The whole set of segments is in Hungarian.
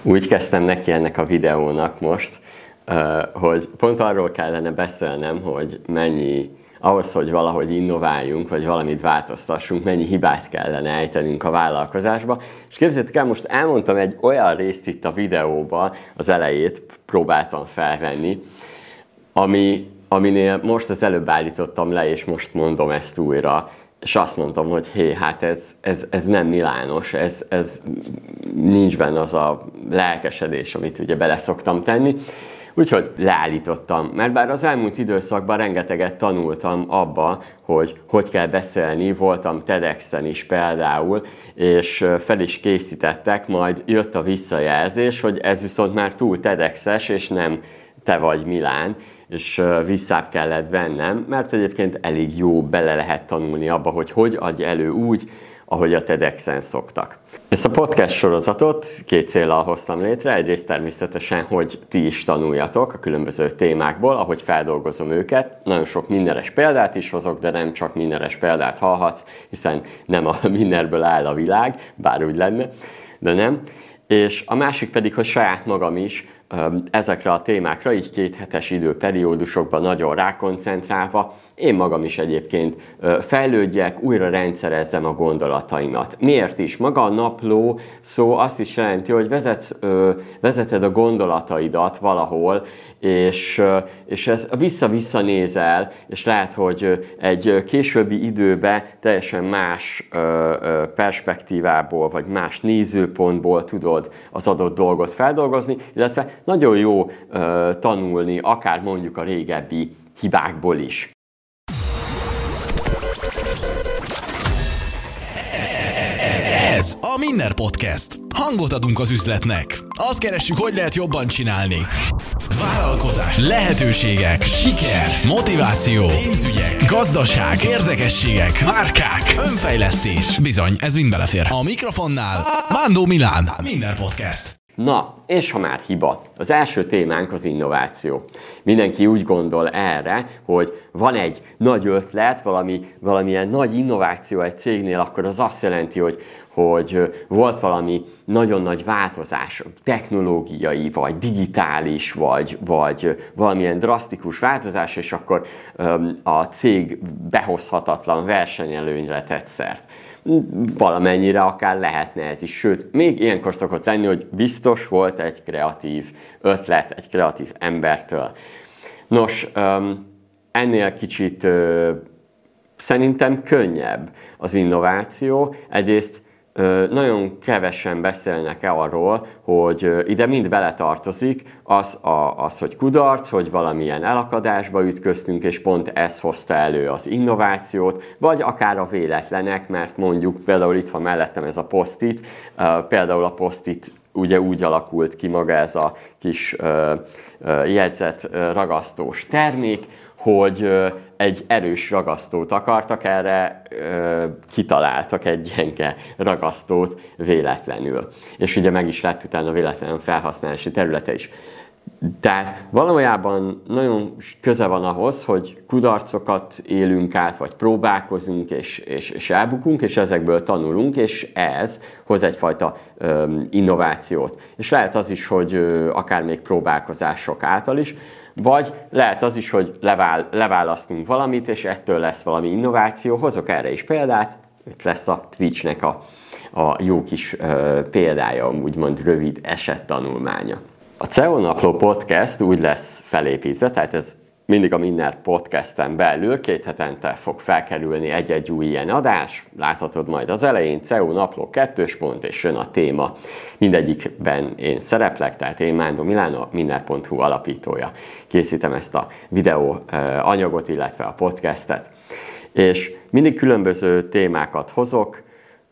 Úgy kezdtem neki ennek a videónak most, hogy pont arról kellene beszélnem, hogy ahhoz, hogy valahogy innováljunk, vagy valamit változtassunk, mennyi hibát kellene ejtenünk a vállalkozásba. És képzeljétek el, most elmondtam egy olyan részt itt a videóban, az elejét próbáltam felvenni, aminél most az előbb állítottam le, és most mondom ezt újra, és azt mondtam, hogy hé, hát ez nem Milános, ez nincs benne az a lelkesedés, amit ugye bele szoktam tenni. Úgyhogy leállítottam, mert bár az elmúlt időszakban rengeteget tanultam abba, hogy kell beszélni, voltam TEDx-en is például, és fel is készítettek, majd jött a visszajelzés, hogy ez viszont már túl TEDx-es, és nem te vagy Milán, és visszább kellett vennem, mert egyébként elég jó bele lehet tanulni abba, hogy adj elő úgy, ahogy a TEDx-en szoktak. Ezt a podcast sorozatot két céllal hoztam létre. Egyrészt természetesen, hogy ti is tanuljatok a különböző témákból, ahogy feldolgozom őket. Nagyon sok mindenes példát is hozok, de nem csak mindenes példát hallhatsz, hiszen nem a mindenből áll a világ, bár úgy lenne, de nem. És a másik pedig, hogy saját magam is ezekre a témákra, így 2 hetes időperiódusokban nagyon rákoncentrálva, én magam is egyébként fejlődjek, újra rendszerezzem a gondolataimat. Miért is? Maga a napló szó azt is jelenti, hogy vezeted a gondolataidat valahol, és ez vissza-vissza nézel, és lehet, hogy egy későbbi időben teljesen más perspektívából, vagy más nézőpontból tudod az adott dolgot feldolgozni, illetve nagyon jó tanulni, akár mondjuk a régebbi hibákból is. Ez a Minner Podcast. Hangot adunk az üzletnek. Azt keressük, hogy lehet jobban csinálni. Vállalkozás, lehetőségek, siker, motiváció, pénzügyek, gazdaság, érdekességek, márkák, önfejlesztés. Bizony, ez mind belefér. A mikrofonnál Mándó Milán, Minner Podcast. Na, és ha már hiba. Az első témánk az innováció. Mindenki úgy gondol erre, hogy van egy nagy ötlet, valamilyen nagy innováció egy cégnél, akkor az azt jelenti, hogy volt valami nagyon nagy változás, technológiai, vagy digitális, vagy valamilyen drasztikus változás, és akkor a cég behozhatatlan versenyelőnyre tett szert. Valamennyire akár lehetne ez is, sőt, még ilyenkor szokott lenni, hogy biztos volt egy kreatív ötlet, egy kreatív embertől. Nos, ennél kicsit szerintem könnyebb az innováció. Egyrészt nagyon kevesen beszélnek arról, hogy ide mind beletartozik az, hogy kudarc, hogy valamilyen elakadásba ütköztünk, és pont ez hozta elő az innovációt, vagy akár a véletlenek, mert mondjuk például itt van mellettem ez a post-it, például a post-it ugye úgy alakult ki maga ez a kis jegyzet ragasztós termék, hogy egy erős ragasztót akartak, erre kitaláltak egy gyenge ragasztót véletlenül. És ugye meg is lett utána véletlenül felhasználási területe is. Tehát valójában nagyon köze van ahhoz, hogy kudarcokat élünk át, vagy próbálkozunk, és elbukunk, és ezekből tanulunk, és ez hoz egyfajta innovációt. És lehet az is, hogy akár még próbálkozások által is, vagy lehet az is, hogy leválasztunk valamit, és ettől lesz valami innováció. Hozok erre is példát, itt lesz a Twitch-nek a jó kis példája, úgymond rövid esettanulmánya. A CEO Napló Podcast úgy lesz felépítve, tehát ez mindig a Minner Podcasten belül 2 hetente fog felkerülni egy-egy új ilyen adás. Láthatod majd az elején CEO Napló 2. pont, és jön a téma. Mindegyikben én szereplek, tehát én Mándó Milán, a Minner.hu alapítója. Készítem ezt a videó anyagot, illetve a podcastet. És mindig különböző témákat hozok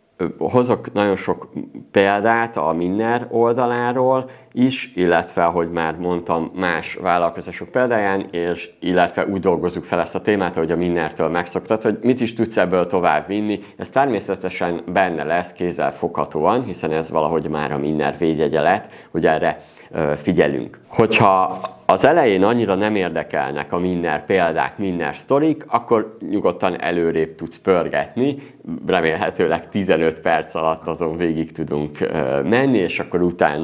nagyon sok példát a Minner oldaláról is, illetve, ahogy már mondtam, más vállalkozások példáján, és illetve úgy dolgozzuk fel ezt a témát, hogy a Minnertől megszoktad, hogy mit is tudsz ebből tovább vinni. Ez természetesen benne lesz kézzelfoghatóan, hiszen ez valahogy már a Minner védjegye lett, hogy erre figyelünk. Hogyha az elején annyira nem érdekelnek a Minner példák, Minner sztorik, akkor nyugodtan előrébb tudsz pörgetni, remélhetőleg 15 perc alatt azon végig tudunk menni, és akkor utána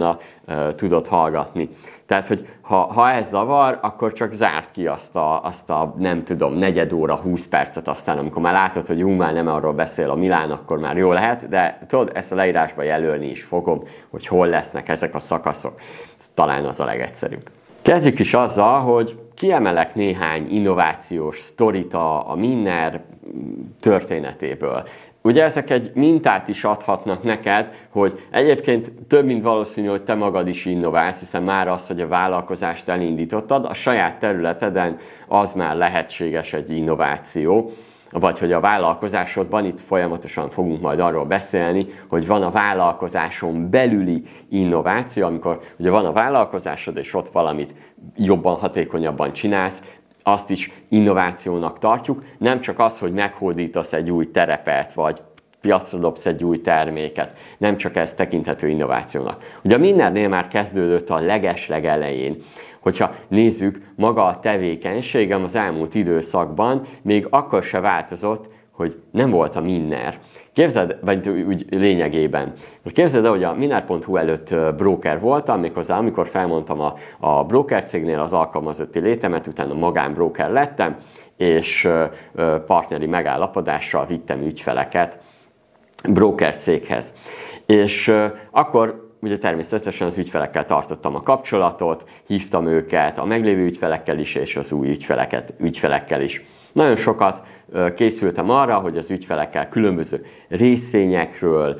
tudod hallgatni. Tehát, hogy ha ez zavar, akkor csak zárt ki azt a nem tudom, negyed óra, 20 percet, aztán amikor már látod, hogy már nem arról beszél a Milán, akkor már jó lehet, de tudod, ezt a leírásba jelölni is fogom, hogy hol lesznek ezek a szakaszok. Ez talán az a legegyszerűbb. Kezdjük is azzal, hogy kiemelek néhány innovációs sztorit a Minner történetéből. Ugye ezek egy mintát is adhatnak neked, hogy egyébként több mint valószínű, hogy te magad is innoválsz, hiszen már az, hogy a vállalkozást elindítottad, a saját területeden az már lehetséges egy innováció, vagy hogy a vállalkozásodban, itt folyamatosan fogunk majd arról beszélni, hogy van a vállalkozáson belüli innováció, amikor ugye van a vállalkozásod, és ott valamit jobban, hatékonyabban csinálsz, azt is innovációnak tartjuk, nem csak az, hogy meghódítasz egy új terepet, vagy piacra dobsz egy új terméket, nem csak ez tekinthető innovációnak. Ugye a Minnernél már kezdődött a legelején, hogyha nézzük, maga a tevékenységem az elmúlt időszakban még akkor se változott, hogy nem volt a Minner. Képzeld, vagy úgy lényegében. Képzeld el, hogy a Minner.hu előtt broker voltam, méghozzá amikor felmondtam a broker cégnél az alkalmazotti létemet, utána magánbroker lettem, és partneri megállapodással vittem ügyfeleket broker céghez. És akkor ugye természetesen az ügyfelekkel tartottam a kapcsolatot, hívtam őket, a meglévő ügyfelekkel is, és az új ügyfelekkel is. Nagyon sokat készültem arra, hogy az ügyfelekkel különböző részvényekről,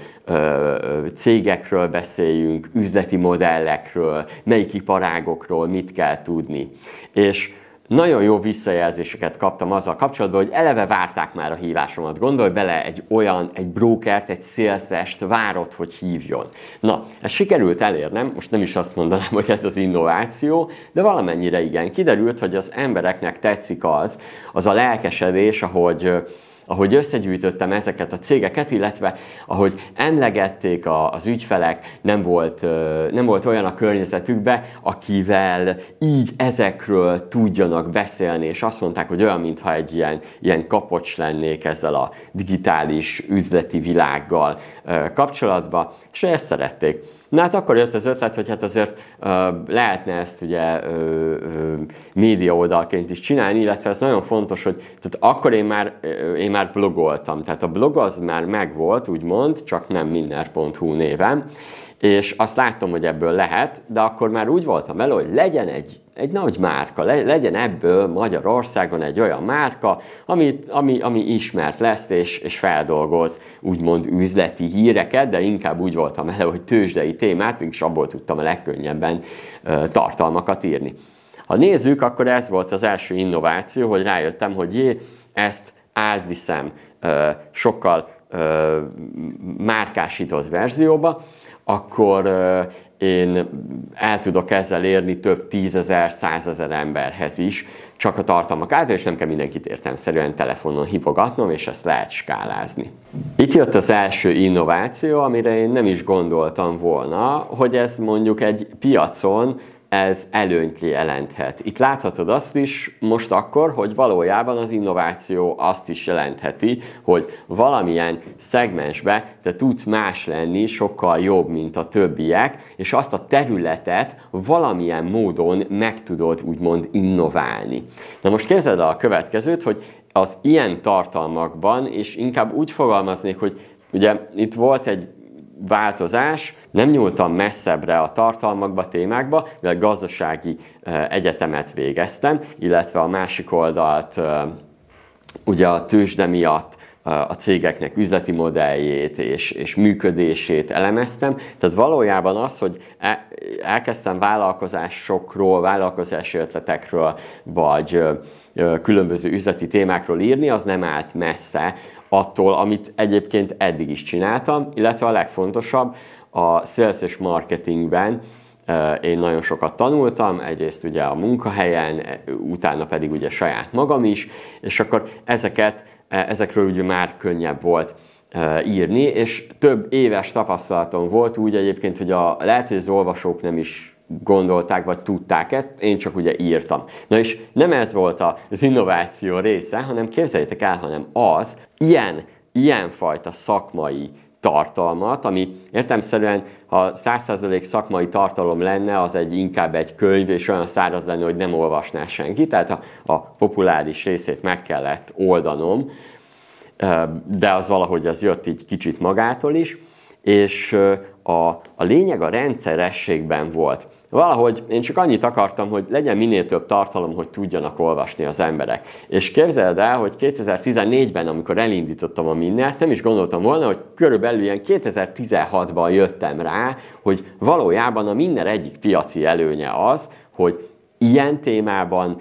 cégekről beszéljünk, üzleti modellekről, melyik iparágokról mit kell tudni. És nagyon jó visszajelzéseket kaptam azzal kapcsolatban, hogy eleve várták már a hívásomat. Gondolj bele, egy brokert, egy szélszest várod, hogy hívjon. Na, ezt sikerült elérnem, most nem is azt mondanám, hogy ez az innováció, de valamennyire igen. Kiderült, hogy az embereknek tetszik az a lelkesedés, ahogy összegyűjtöttem ezeket a cégeket, illetve ahogy emlegették az ügyfelek, nem volt olyan a környezetükben, akivel így ezekről tudjanak beszélni, és azt mondták, hogy olyan, mintha egy ilyen kapocs lennék ezzel a digitális üzleti világgal kapcsolatban, és ezt szerették. Na hát akkor jött az ötlet, hogy hát azért lehetne ezt ugye média oldalként is csinálni, illetve ez nagyon fontos, hogy tehát akkor én már blogoltam, tehát a blog az már megvolt, úgymond, csak nem minner.hu néven, és azt láttam, hogy ebből lehet, de akkor már úgy voltam vele, hogy legyen egy nagy márka, legyen ebből Magyarországon egy olyan márka, ami ismert lesz, és feldolgoz úgymond üzleti híreket, de inkább úgy voltam vele, hogy tőzsdei témát, mégis abból tudtam a legkönnyebben tartalmakat írni. Ha nézzük, akkor ez volt az első innováció, hogy rájöttem, hogy ezt átviszem sokkal márkásított verzióba, akkor én el tudok ezzel érni több 10 000, 100 000 emberhez is, csak a tartalmak által, és nem kell mindenkit értelemszerűen telefonon hívogatnom, és ezt lehet skálázni. Itt jött az első innováció, amire én nem is gondoltam volna, hogy ez mondjuk egy piacon ez előnyt jelenthet. Itt láthatod azt is most akkor, hogy valójában az innováció azt is jelentheti, hogy valamilyen szegmensbe te tudsz más lenni, sokkal jobb, mint a többiek, és azt a területet valamilyen módon meg tudod úgymond innoválni. Na most képzeld el a következőt, hogy az ilyen tartalmakban, és inkább úgy fogalmaznék, hogy ugye itt volt egy változás, nem nyúltam messzebbre a tartalmakba, témákba, mivel gazdasági egyetemet végeztem, illetve a másik oldalt ugye a tőzsde miatt a cégeknek üzleti modelljét és működését elemeztem. Tehát valójában az, hogy elkezdtem vállalkozásokról, vállalkozási ötletekről, vagy különböző üzleti témákról írni, az nem állt messze attól, amit egyébként eddig is csináltam, illetve a legfontosabb, a sales és marketingben én nagyon sokat tanultam, egyrészt ugye a munkahelyen, utána pedig ugye saját magam is, és akkor ezekről ugye már könnyebb volt írni, és több éves tapasztalatom volt úgy egyébként, hogy lehet, hogy az olvasók nem is gondolták, vagy tudták ezt, én csak ugye írtam. Na és nem ez volt az innováció része, hanem képzeljétek el, hanem ilyenfajta szakmai tartalmat, ami értelemszerűen, ha 100% szakmai tartalom lenne, az inkább egy könyv, és olyan száraz lenne, hogy nem olvasná senki, tehát a populáris részét meg kellett oldanom, de az valahogy az jött így kicsit magától is, és a lényeg a rendszerességben volt. Valahogy én csak annyit akartam, hogy legyen minél több tartalom, hogy tudjanak olvasni az emberek. És képzeld el, hogy 2014-ben, amikor elindítottam a Minnert, nem is gondoltam volna, hogy körülbelül ilyen 2016-ban jöttem rá, hogy valójában a Minner egyik piaci előnye az, hogy ilyen témában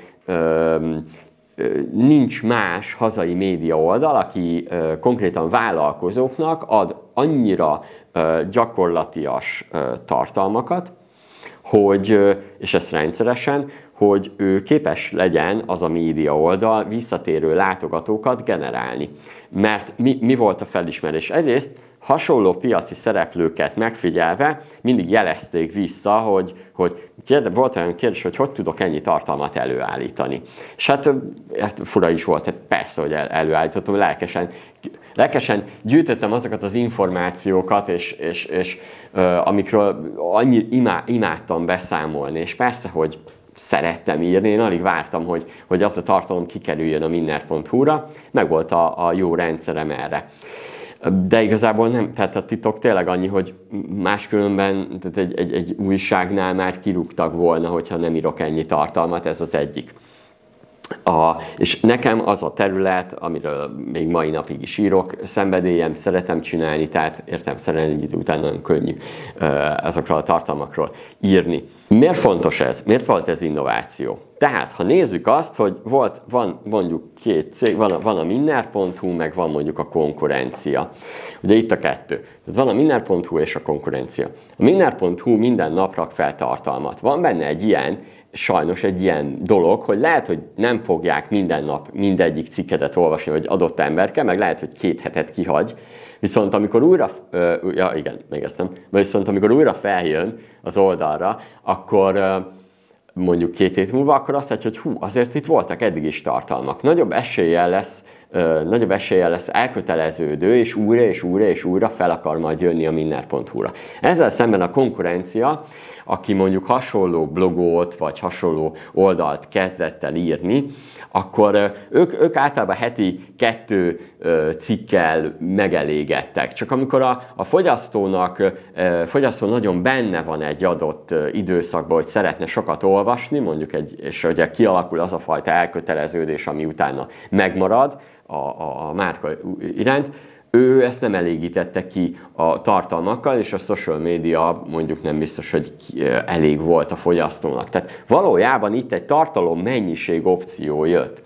nincs más hazai média oldal, aki konkrétan vállalkozóknak ad annyira gyakorlatias tartalmakat, hogy, és ezt rendszeresen, hogy ő képes legyen az a média oldal visszatérő látogatókat generálni. Mert mi volt a felismerés? Egyrészt hasonló piaci szereplőket megfigyelve mindig jelezték vissza, hogy volt olyan kérdés, hogy tudok ennyi tartalmat előállítani. És hát fura is volt, hát persze, hogy előállítottam, lelkesen gyűjtöttem azokat az információkat, és amikről imádtam beszámolni, és persze, hogy szerettem írni, én alig vártam, hogy az a tartalom kikerüljön a minner.hu-ra, meg volt a jó rendszerem erre. De igazából nem, tehát a titok tényleg annyi, hogy máskülönben tehát egy újságnál már kirúgtak volna, hogyha nem írok ennyi tartalmat, ez az egyik. És nekem az a terület, amiről még mai napig is írok, szenvedélyem, szeretem csinálni, tehát értelemszerűen egy idő után nagyon könnyű azokról a tartalmakról írni. Miért fontos ez? Miért volt ez innováció? Tehát, ha nézzük azt, hogy van mondjuk két cég, van a minner.hu, meg van mondjuk a konkurencia. Ugye itt a kettő. Tehát van a minner.hu és a konkurencia. A minner.hu minden nap rak fel tartalmat. Van benne sajnos egy ilyen dolog, hogy lehet, hogy nem fogják minden nap mindegyik cikkedet olvasni, vagy adott emberke, meg lehet, hogy 2 hetet kihagy, viszont amikor amikor újra feljön az oldalra, akkor mondjuk 2 hét múlva, akkor azt mondja, hogy azért itt voltak eddig is tartalmak. Nagyobb eséllyel lesz elköteleződő, és újra fel akar majd jönni a minner.hu-ra. Ezzel szemben a konkurencia, aki mondjuk hasonló blogot, vagy hasonló oldalt kezdett el írni, akkor ők általában heti 2 cikkel megelégedtek. Csak amikor a fogyasztó nagyon benne van egy adott időszakban, hogy szeretne sokat olvasni, mondjuk és ugye kialakul az a fajta elköteleződés, ami utána megmarad a márka iránt, ő ezt nem elégítette ki a tartalmakkal, és a social media mondjuk nem biztos, hogy elég volt a fogyasztónak. Tehát valójában itt egy tartalom mennyiség opció jött.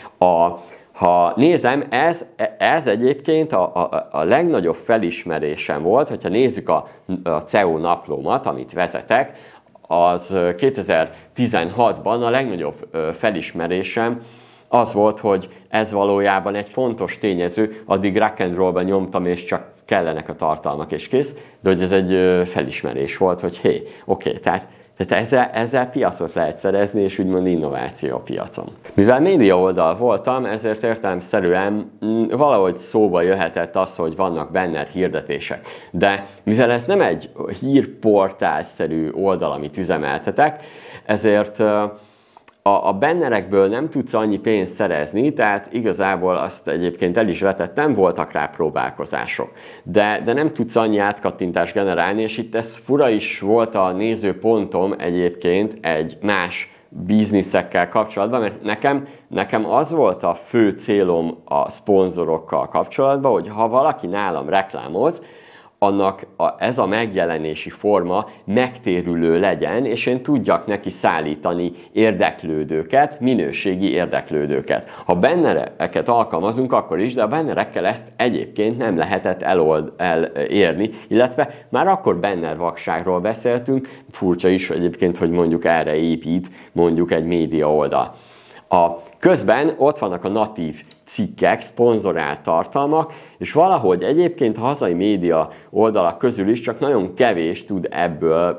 Ha nézem, ez egyébként a legnagyobb felismerésem volt, hogyha nézzük a CEO naplómat, amit vezetek, az 2016-ban a legnagyobb felismerésem az volt, hogy ez valójában egy fontos tényező, addig rock and rollban nyomtam, és csak kellenek a tartalmak, és kész, de hogy ez egy felismerés volt, hogy tehát ezzel piacot lehet szerezni, és úgymond innováció a piacon. Mivel média oldal voltam, ezért értelemszerűen valahogy szóba jöhetett az, hogy vannak banner hirdetések. De mivel ez nem egy hírportálszerű oldal, amit üzemeltetek, ezért a bannerekből nem tudsz annyi pénzt szerezni, tehát igazából azt egyébként el is vetettem, voltak rá próbálkozások. De nem tudsz annyi átkattintást generálni, és itt ez fura is volt a nézőpontom egyébként egy más bizniszekkel kapcsolatban, mert nekem az volt a fő célom a szponzorokkal kapcsolatban, hogy ha valaki nálam reklámoz, annak ez a megjelenési forma megtérülő legyen, és én tudjak neki szállítani érdeklődőket, minőségi érdeklődőket. Ha bannereket alkalmazunk, akkor is, de a bannerekkel ezt egyébként nem lehetett elérni, illetve már akkor banner vakságról beszéltünk, furcsa is egyébként, hogy mondjuk erre épít mondjuk egy média oldal. Közben ott vannak a natív cikkek, szponzorált tartalmak, és valahogy egyébként a hazai média oldalak közül is csak nagyon kevés tud ebből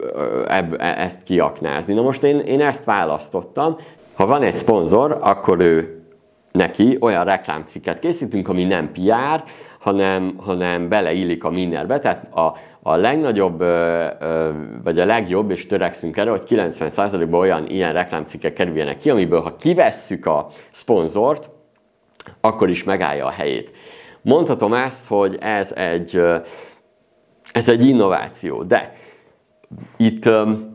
ezt kiaknázni. Na most én ezt választottam. Ha van egy szponzor, akkor neki olyan reklámcikket készítünk, ami nem PR, hanem beleillik a Minnerbe. Tehát a legnagyobb, vagy a legjobb, és törekszünk erre, hogy 90%-ban olyan ilyen reklámcikkek kerüljenek ki, amiből ha kivesszük a szponzort, akkor is megállja a helyét. Mondhatom ezt, hogy ez egy innováció, de itt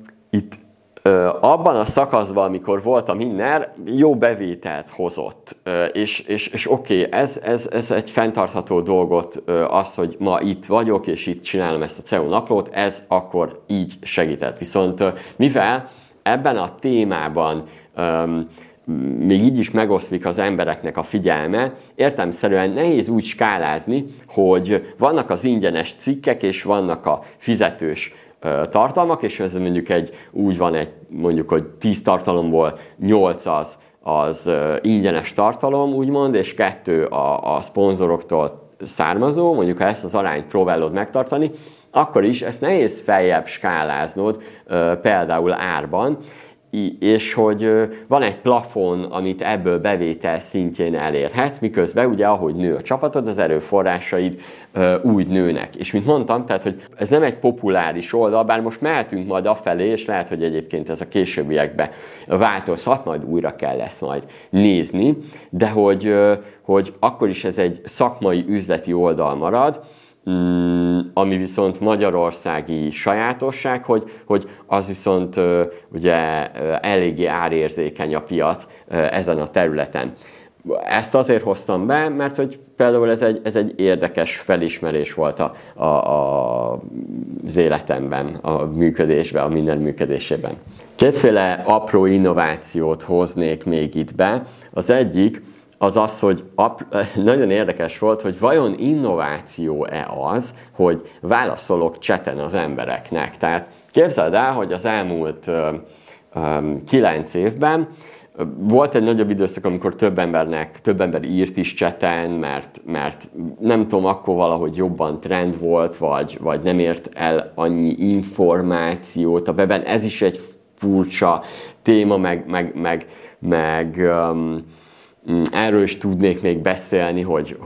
abban a szakaszban, amikor volt a Minner, jó bevételt hozott, és oké, ez egy fenntartható dolgot, az, hogy ma itt vagyok, és itt csinálom ezt a CEO naplót, ez akkor így segített. Viszont mivel ebben a témában még így is megoszlik az embereknek a figyelme, értelemszerűen nehéz úgy skálázni, hogy vannak az ingyenes cikkek, és vannak a fizetős tartalmak, és ez mondjuk mondjuk, hogy 10 tartalomból 8 az ingyenes tartalom, úgymond, és 2 a szponzoroktól származó, mondjuk ha ezt az arányt próbálod megtartani, akkor is ezt nehéz feljebb skáláznod, például árban, és hogy van egy plafon, amit ebből bevétel szintjén elérhetsz, miközben ugye ahogy nő a csapatod, az erőforrásaid úgy nőnek. És mint mondtam, tehát hogy ez nem egy populáris oldal, bár most mehetünk majd afelé, és lehet, hogy egyébként ez a későbbiekben változhat, majd újra kell ezt majd nézni, de hogy akkor is ez egy szakmai üzleti oldal marad, ami viszont magyarországi sajátosság, hogy az viszont ugye eléggé árérzékeny a piac ezen a területen. Ezt azért hoztam be, mert hogy például ez egy érdekes felismerés volt az életemben, a működésben, a Minner működésében. Kétféle apró innovációt hoznék még itt be. Az egyik, az, hogy nagyon érdekes volt, hogy vajon innováció-e az, hogy válaszolok chaten az embereknek. Tehát képzeld el, hogy az elmúlt 9 évben volt egy nagyobb időszak, amikor több ember írt is chaten, mert nem tudom, akkor valahogy jobban trend volt, vagy nem ért el annyi információt a webben. Ez is egy furcsa téma, meg erről is tudnék még beszélni,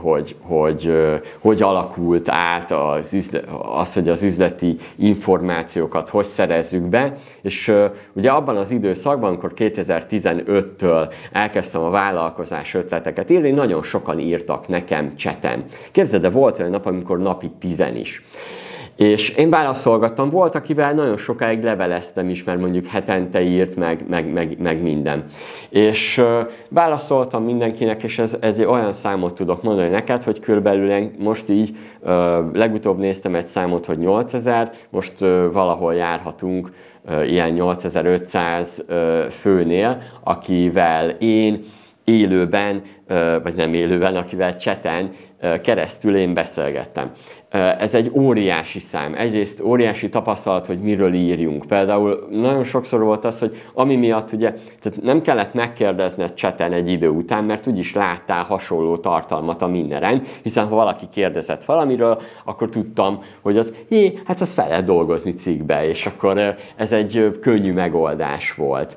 hogy alakult át az, hogy az üzleti információkat hogy szerezzük be. És ugye abban az időszakban, amikor 2015-től elkezdtem a vállalkozás ötleteket írni, nagyon sokan írtak nekem chaten. Képzeld, de volt olyan nap, amikor napi 10 is. És én válaszolgattam, volt, akivel nagyon sokáig leveleztem is, mert mondjuk hetente írt, meg minden. És válaszoltam mindenkinek, és ez egy olyan számot tudok mondani neked, hogy körülbelül most így legutóbb néztem egy számot, hogy 8000, most valahol járhatunk ilyen 8500 főnél, akivel én élőben, vagy nem élőben, akivel chaten keresztül én beszélgettem. Ez egy óriási szám. Egyrészt óriási tapasztalat, hogy miről írjunk. Például nagyon sokszor volt az, hogy ami miatt ugye, tehát nem kellett megkérdezned chaten egy idő után, mert úgyis láttál hasonló tartalmat a Minneren, hiszen ha valaki kérdezett valamiről, akkor tudtam, hogy hát azt fel lehet dolgozni cikkbe, és akkor ez egy könnyű megoldás volt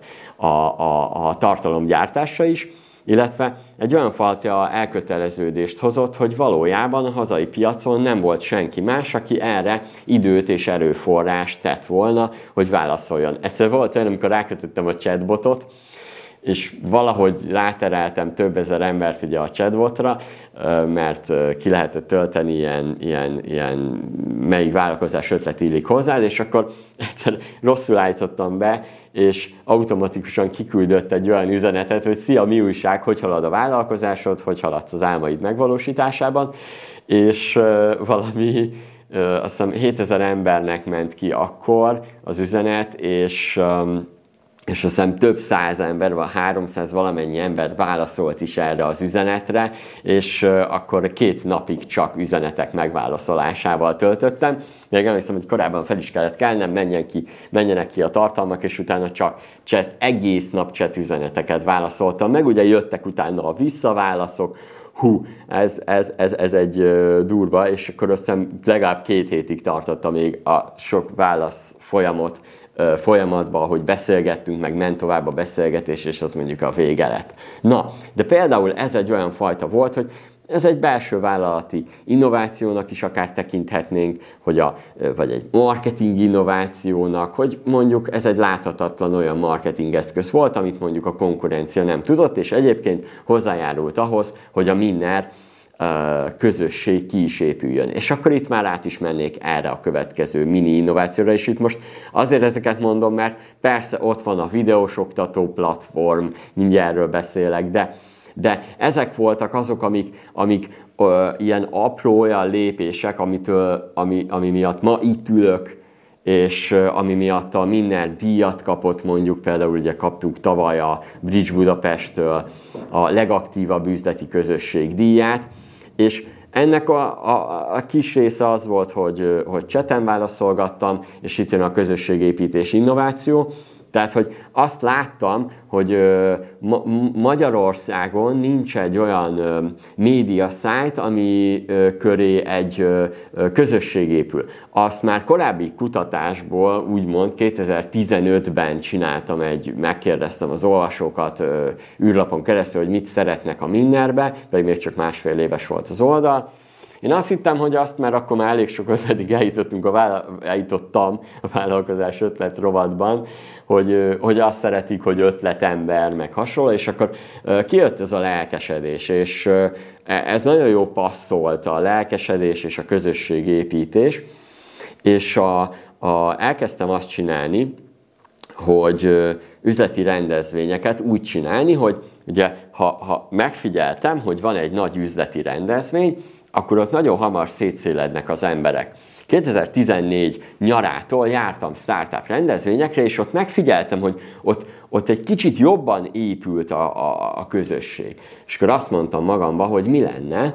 a tartalomgyártásra is, illetve egy olyan fajta elköteleződést hozott, hogy valójában a hazai piacon nem volt senki más, aki erre időt és erőforrást tett volna, hogy válaszoljon. Egyszer volt olyan, amikor rákötöttem a chatbotot, és valahogy rátereltem több ezer embert ugye a chatbotra, mert ki lehetett tölteni ilyen melyik vállalkozás ötlet illik hozzád, és akkor egyszer rosszul állítottam be, és automatikusan kiküldött egy olyan üzenetet, hogy szia, mi újság, hogy halad a vállalkozásod, hogy haladsz az álmaid megvalósításában, és valami, azt hiszem 7000 embernek ment ki akkor az üzenet, és azt hiszem több száz ember, vagy 300 valamennyi ember válaszolt is erre az üzenetre, és akkor 2 napig csak üzenetek megválaszolásával töltöttem. Még emlékszem, hogy korábban fel is kellett kelnem, menjenek ki a tartalmak, és utána csak egész nap chat üzeneteket válaszoltam meg, ugye jöttek utána a visszaválaszok, ez egy durva, és akkor azt hiszem legalább 2 hétig tartotta még a sok válasz folyamatban, hogy beszélgettünk, meg ment tovább a beszélgetés, és az mondjuk a vége lett. Na, de például ez egy olyan fajta volt, hogy Ez egy belső vállalati innovációnak is akár tekinthetnénk, vagy egy marketing innovációnak, hogy mondjuk ez egy láthatatlan olyan marketingeszköz volt, amit mondjuk a konkurencia nem tudott, és egyébként hozzájárult ahhoz, hogy a Minner közösség ki is épüljön. És akkor itt már át is mennék erre a következő mini innovációra, és itt most azért ezeket mondom, mert persze ott van a videós oktató platform, mindjárt erről beszélek, de ezek voltak azok, amik ilyen apró olyan lépések, ami miatt ma itt ülök, és ami miatt a Minner díjat kapott, mondjuk például ugye kaptuk tavaly a Bridge Budapesttől a legaktívabb üzleti közösség díját, és ennek a kis része az volt, hogy chaten válaszolgattam, és itt jön a közösségépítés innováció. Tehát, hogy azt láttam, hogy Magyarországon nincs egy olyan média szájt, ami köré egy közösség épül. Azt már korábbi kutatásból, úgymond 2015-ben csináltam, megkérdeztem az olvasókat űrlapon keresztül, hogy mit szeretnek a Minnerbe, pedig még csak másfél éves volt az oldal. Én azt hittem, hogy azt, mert akkor már elég sok ötletig eljutottam a vállalkozás ötlet rovatban, hogy azt szeretik, hogy ötletember, meg hasonló, és akkor kijött ez a lelkesedés, és ez nagyon jó passzolt, a lelkesedés és a közösségépítés, és elkezdtem azt csinálni, hogy üzleti rendezvényeket úgy csinálni, hogy ugye, ha megfigyeltem, hogy van egy nagy üzleti rendezvény, akkor ott nagyon hamar szétszélednek az emberek. 2014 nyarától jártam startup rendezvényekre, és ott megfigyeltem, hogy ott egy kicsit jobban épült a közösség. És akkor azt mondtam magamba, hogy mi lenne,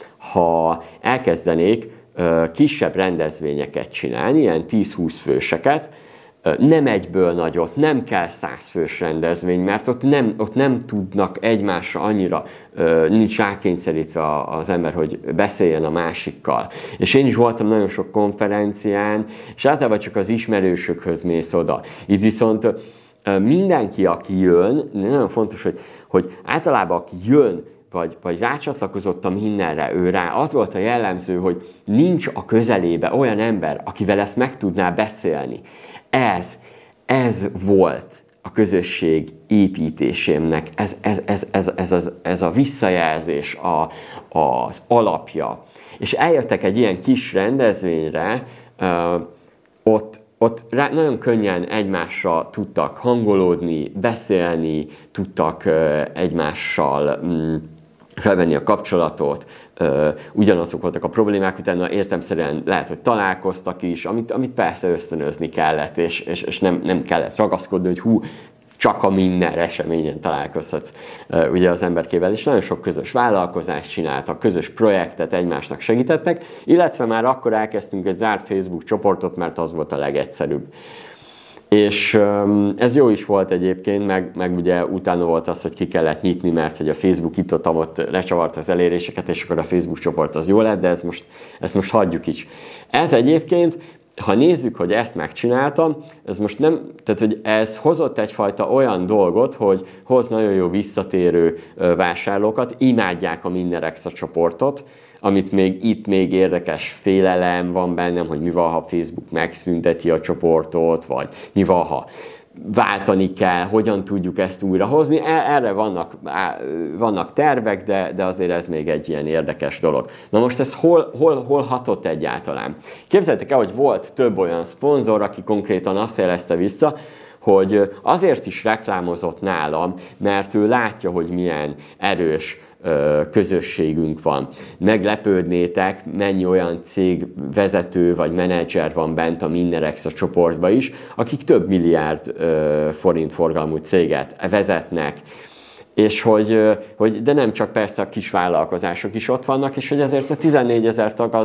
ha elkezdenék kisebb rendezvényeket csinálni, ilyen 10-20 főseket, nem egyből nagyot, nem kell 100 fős rendezvény, mert ott nem tudnak egymásra annyira, nincs rákényszerítve az ember, hogy beszéljen a másikkal. És én is voltam nagyon sok konferencián, és általában csak az ismerősökhöz mész oda. Itt viszont mindenki, aki jön, nagyon fontos, hogy általában aki jön, vagy rácsatlakozott a Minnerre, az volt a jellemző, hogy nincs a közelébe olyan ember, akivel ezt meg tudná beszélni. Ez volt a közösség építésémnek, ez a visszajelzés, az alapja. És eljöttek egy ilyen kis rendezvényre, ott nagyon könnyen egymásra tudtak hangolódni, beszélni, tudtak egymással felvenni a kapcsolatot, ugyanazok voltak a problémák, utána értelemszerűen lehet, hogy találkoztak is, amit persze ösztönözni kellett, és nem kellett ragaszkodni, hogy csak a Minner eseményen találkozhatsz ugye az emberkével, és nagyon sok közös vállalkozást csináltak, közös projektet egymásnak segítettek, illetve már akkor elkezdtünk egy zárt Facebook csoportot, mert az volt a legegyszerűbb. És ez jó is volt egyébként, meg ugye utána volt az, hogy ki kellett nyitni, mert hogy a Facebook itt-ott lecsavart az eléréseket, és akkor a Facebook csoport az jó lett, de ezt most hagyjuk is. Ez egyébként, ha nézzük, hogy ezt megcsináltam, ez most nem, tehát hogy ez hozott egyfajta olyan dolgot, hogy hoz nagyon jó visszatérő vásárlókat, imádják a Minner Extra csoportot, amit még érdekes félelem van bennem, hogy mi van, ha Facebook megszünteti a csoportot, vagy mi van, ha váltani kell, hogyan tudjuk ezt újrahozni. Erre vannak tervek, de azért ez még egy ilyen érdekes dolog. Na most ez hol hatott egyáltalán? Képzeljétek el, hogy volt több olyan szponzor, aki konkrétan azt jelezte vissza, hogy azért is reklámozott nálam, mert ő látja, hogy milyen erős közösségünk van. Meglepődnétek, mennyi olyan cégvezető vagy menedzser van bent a Minner Extra csoportban is, akik több milliárd forint forgalmú céget vezetnek, és hogy de nem csak persze a kis vállalkozások is ott vannak, és hogy ezért a 14 000 tag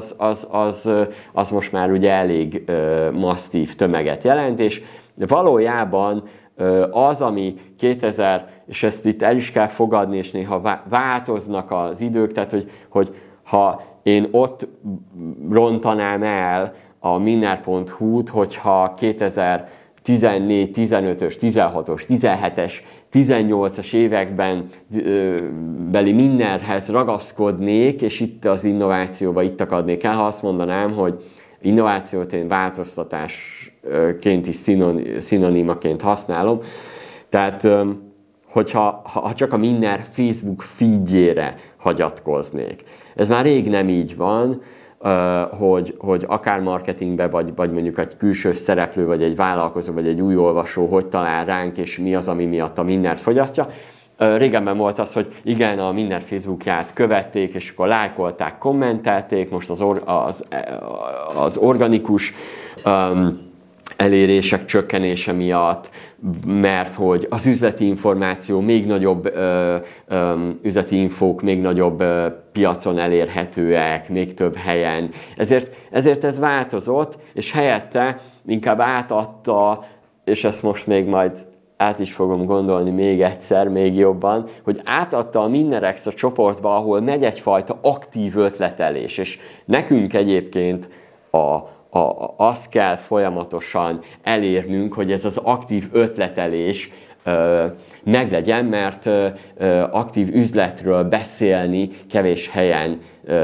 az most már ugye elég masszív tömeget jelent, és valójában az, ami 2000, és ezt itt el is kell fogadni, és néha változnak az idők, tehát hogy ha én ott rontanám el a minner.hu-t, hogyha 14, 15-ös, 16-os, 17-es, 18-as években beli mindenhez ragaszkodnék, és itt az innovációba itt akadnék el, ha azt mondanám, hogy innovációt én változtatásként is szinonimaként használom. Tehát, hogyha csak a Minner Facebook feedjére hagyatkoznék. Ez már rég nem így van, hogy akár marketingbe, vagy mondjuk egy külső szereplő, vagy egy vállalkozó, vagy egy új olvasó, hogy talál ránk, és mi az, ami miatt a Minnert fogyasztja. Régebben volt az, hogy igen, a Minner Facebookját követték, és akkor lájkolták, kommentelték, most az organikus elérések csökkenése miatt, mert hogy az üzleti információ, még nagyobb üzleti infók, még nagyobb piacon elérhetőek, még több helyen. Ezért ez változott, és helyette inkább átadta, és ezt most még majd át is fogom gondolni még egyszer, még jobban, hogy átadta a Minnerex a csoportba, ahol megy egyfajta aktív ötletelés, és nekünk egyébként azt kell folyamatosan elérnünk, hogy ez az aktív ötletelés meglegyen, mert aktív üzletről beszélni kevés helyen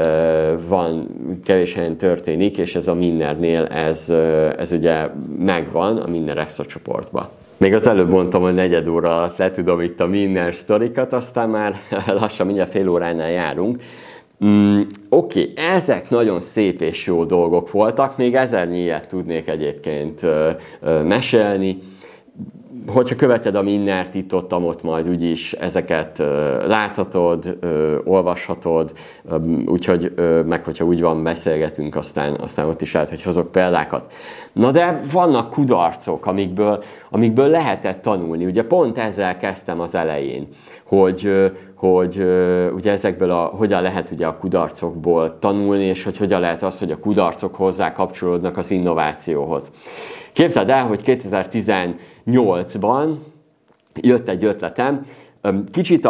történik, és ez a Minnernél ez ugye megvan a Minner Extra csoportban. Még az előbb mondtam, hogy 4 óra alatt letudom itt a Minner sztorikat, aztán már lassan mindjárt fél óránál járunk. Oké, ezek nagyon szép és jó dolgok voltak, még 1000 ilyet tudnék egyébként mesélni. Hogyha követed a Minnert itt-ott majd úgyis ezeket láthatod, olvashatod, úgyhogy meg hogyha úgy van, beszélgetünk, aztán ott is lehet, hogy hozok példákat. Na de vannak kudarcok, amikből lehetett tanulni. Ugye pont ezzel kezdtem az elején, hogy ugye ezekből hogyan lehet ugye a kudarcokból tanulni, és hogy hogyan lehet az, hogy a kudarcok hozzá kapcsolódnak az innovációhoz. Képzeld el, hogy 2018-ban jött egy ötletem, kicsit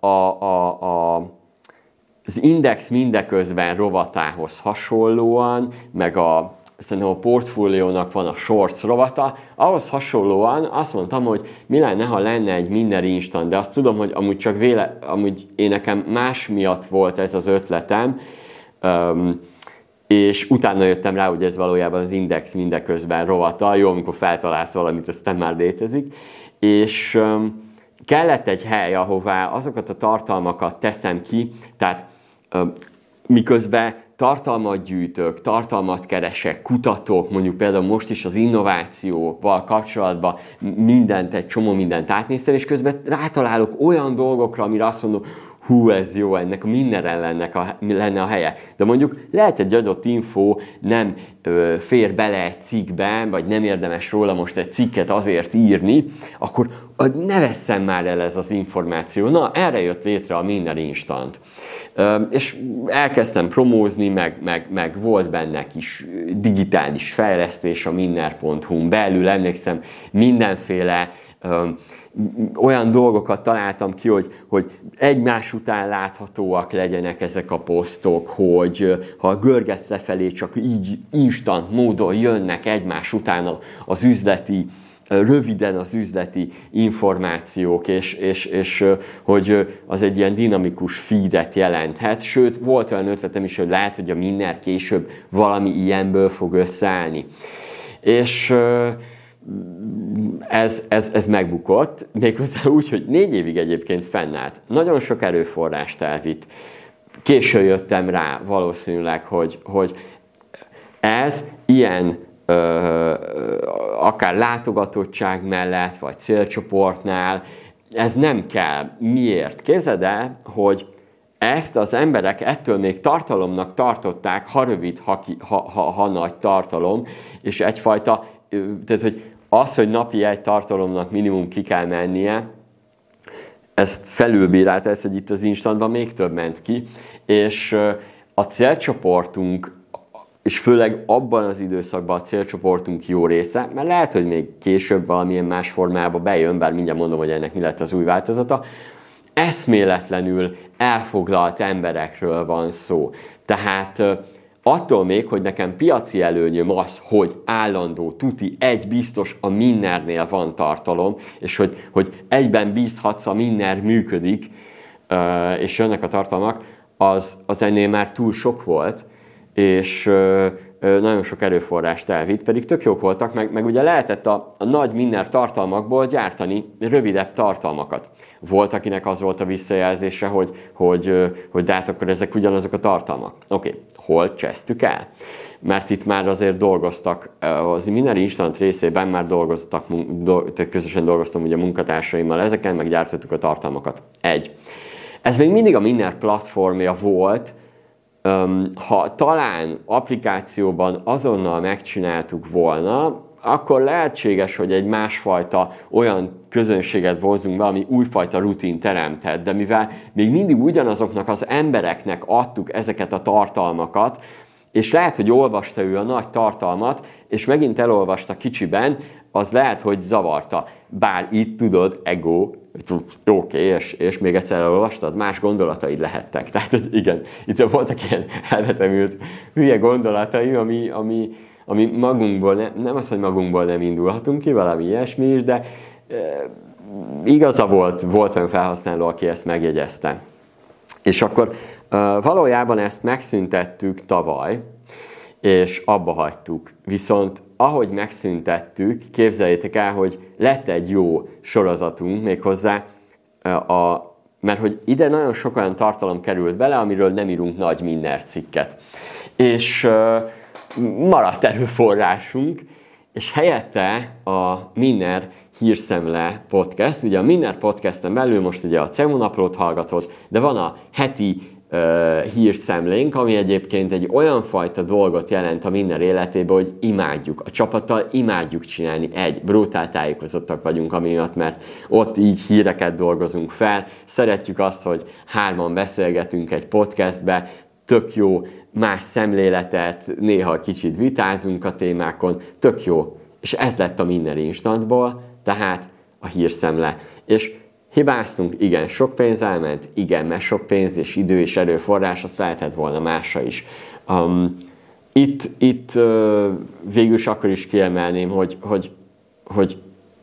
az Index mindeközben rovatához hasonlóan, meg szerintem a portfóliónak van a Shorts rovata, ahhoz hasonlóan azt mondtam, hogy mi lenne, ha lenne egy Minner Instant, de azt tudom, hogy amúgy én nekem más miatt volt ez az ötletem, és utána jöttem rá, hogy ez valójában az Index mindeközben rovata, jó, amikor feltalálsz valamit, aztán már létezik, és kellett egy hely, ahová azokat a tartalmakat teszem ki, tehát miközben tartalmat gyűjtök, tartalmat keresek, kutatok, mondjuk például most is az innovációval kapcsolatban egy csomó mindent átnéztem, és közben rátalálok olyan dolgokra, amire azt mondom, hú, ez jó, ennek a Minneren lenne a helye. De mondjuk lehet egy adott info nem fér bele egy cikkbe, vagy nem érdemes róla most egy cikket azért írni, akkor ne vesszem már el ez az információ. Na, erre jött létre a Minner Instant. És elkezdtem promózni, meg volt benne kis digitális fejlesztés a minner.hu-n belül, emlékszem, mindenféle olyan dolgokat találtam ki, hogy egymás után láthatóak legyenek ezek a posztok, hogy ha görgetsz lefelé, csak így instant módon jönnek egymás után röviden az üzleti információk, és hogy az egy ilyen dinamikus feedet jelenthet. Sőt, volt olyan ötletem is, hogy lehet, hogy a Minner később valami ilyenből fog összeállni. És ez megbukott, méghozzá úgy, hogy 4 évig egyébként fennállt. Nagyon sok erőforrást elvitt. Később jöttem rá valószínűleg, hogy ez ilyen akár látogatottság mellett, vagy célcsoportnál, ez nem kell. Miért? Képzeld el, hogy ezt az emberek ettől még tartalomnak tartották, ha rövid, ha nagy tartalom, és egyfajta, tehát hogy az, hogy napi egy tartalomnak minimum ki kell mennie, ezt felülbírálta, ez, hogy itt az Instantban még több ment ki, és a célcsoportunk, és főleg abban az időszakban a célcsoportunk jó része, mert lehet, hogy még később valamilyen más formában bejön, bár mindjárt mondom, hogy ennek mi lett az új változata, eszméletlenül elfoglalt emberekről van szó. Tehát attól még, hogy nekem piaci előnyöm az, hogy állandó, tuti, egy biztos a Minnernél van tartalom, és hogy egyben bízhatsz, a Minner működik, és jönnek a tartalmak, az ennél már túl sok volt, és nagyon sok erőforrást elvitt, pedig tök jók voltak, meg ugye lehetett a nagy Minner tartalmakból gyártani rövidebb tartalmakat. Volt, akinek az volt a visszajelzése, hogy de hát akkor ezek ugyanazok a tartalmak. Oké, hol csesztük el? Mert itt már azért dolgoztak, az Minner Instant részében már dolgoztak, közösen dolgoztam ugye munkatársaimmal ezeken, meg gyártottuk a tartalmakat. Ez még mindig a Minner platformja volt, ha talán applikációban azonnal megcsináltuk volna, akkor lehetséges, hogy egy másfajta olyan közönséget vonzunk be, ami újfajta rutin teremthet, de mivel még mindig ugyanazoknak az embereknek adtuk ezeket a tartalmakat, és lehet, hogy olvasta ő a nagy tartalmat, és megint elolvasta kicsiben, az lehet, hogy zavarta. Bár itt tudod, ego, oké, és még egyszer elolvastad, más gondolataid lehettek. Tehát, hogy igen, itt voltak ilyen elvetemült hülye gondolataim, ami magunkból, nem az, hogy magunkból nem indulhatunk ki, valami ilyesmi is, de igaza volt olyan felhasználó, aki ezt megjegyezte. És akkor valójában ezt megszüntettük tavaly, és abba hagytuk. Viszont ahogy megszüntettük, képzeljétek el, hogy lett egy jó sorozatunk méghozzá, mert hogy ide nagyon sok olyan tartalom került bele, amiről nem írunk nagy Minner cikket. És maradt erőforrásunk, és helyette a Minner Hírszemle podcast, ugye a Minner podcasten belül most ugye a CEMU naplót hallgatod, de van a heti hírszemlénk, ami egyébként egy olyan fajta dolgot jelent a Minner életében, hogy imádjuk. A csapattal imádjuk csinálni. Brutál tájékozottak vagyunk amiatt, mert ott így híreket dolgozunk fel. Szeretjük azt, hogy hárman beszélgetünk egy podcastbe, tök jó, más szemléletet, néha kicsit vitázunk a témákon, tök jó. És ez lett a Minner Instantból, tehát a hírszemle. És hibáztunk, igen, sok pénz elment, igen, mert sok pénz és idő és erőforrás, azt lehetett volna másra is. Itt végül is akkor is kiemelném, hogy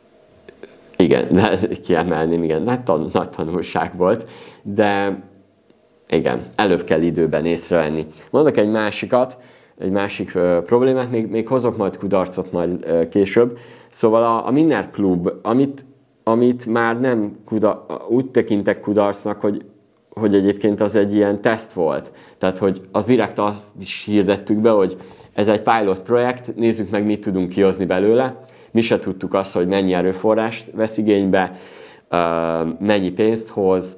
igen, kiemelném, igen, nagy tanulság volt, de igen, előbb kell időben észrevenni. Mondok egy másik problémát, még hozok majd kudarcot majd később. Szóval a Minner Klub, amit már nem úgy tekintek kudarcnak, hogy egyébként az egy ilyen teszt volt. Tehát, hogy az direkt azt is hirdettük be, hogy ez egy pilot projekt, nézzük meg, mit tudunk kihozni belőle. Mi se tudtuk azt, hogy mennyi erőforrást vesz igénybe, mennyi pénzt hoz,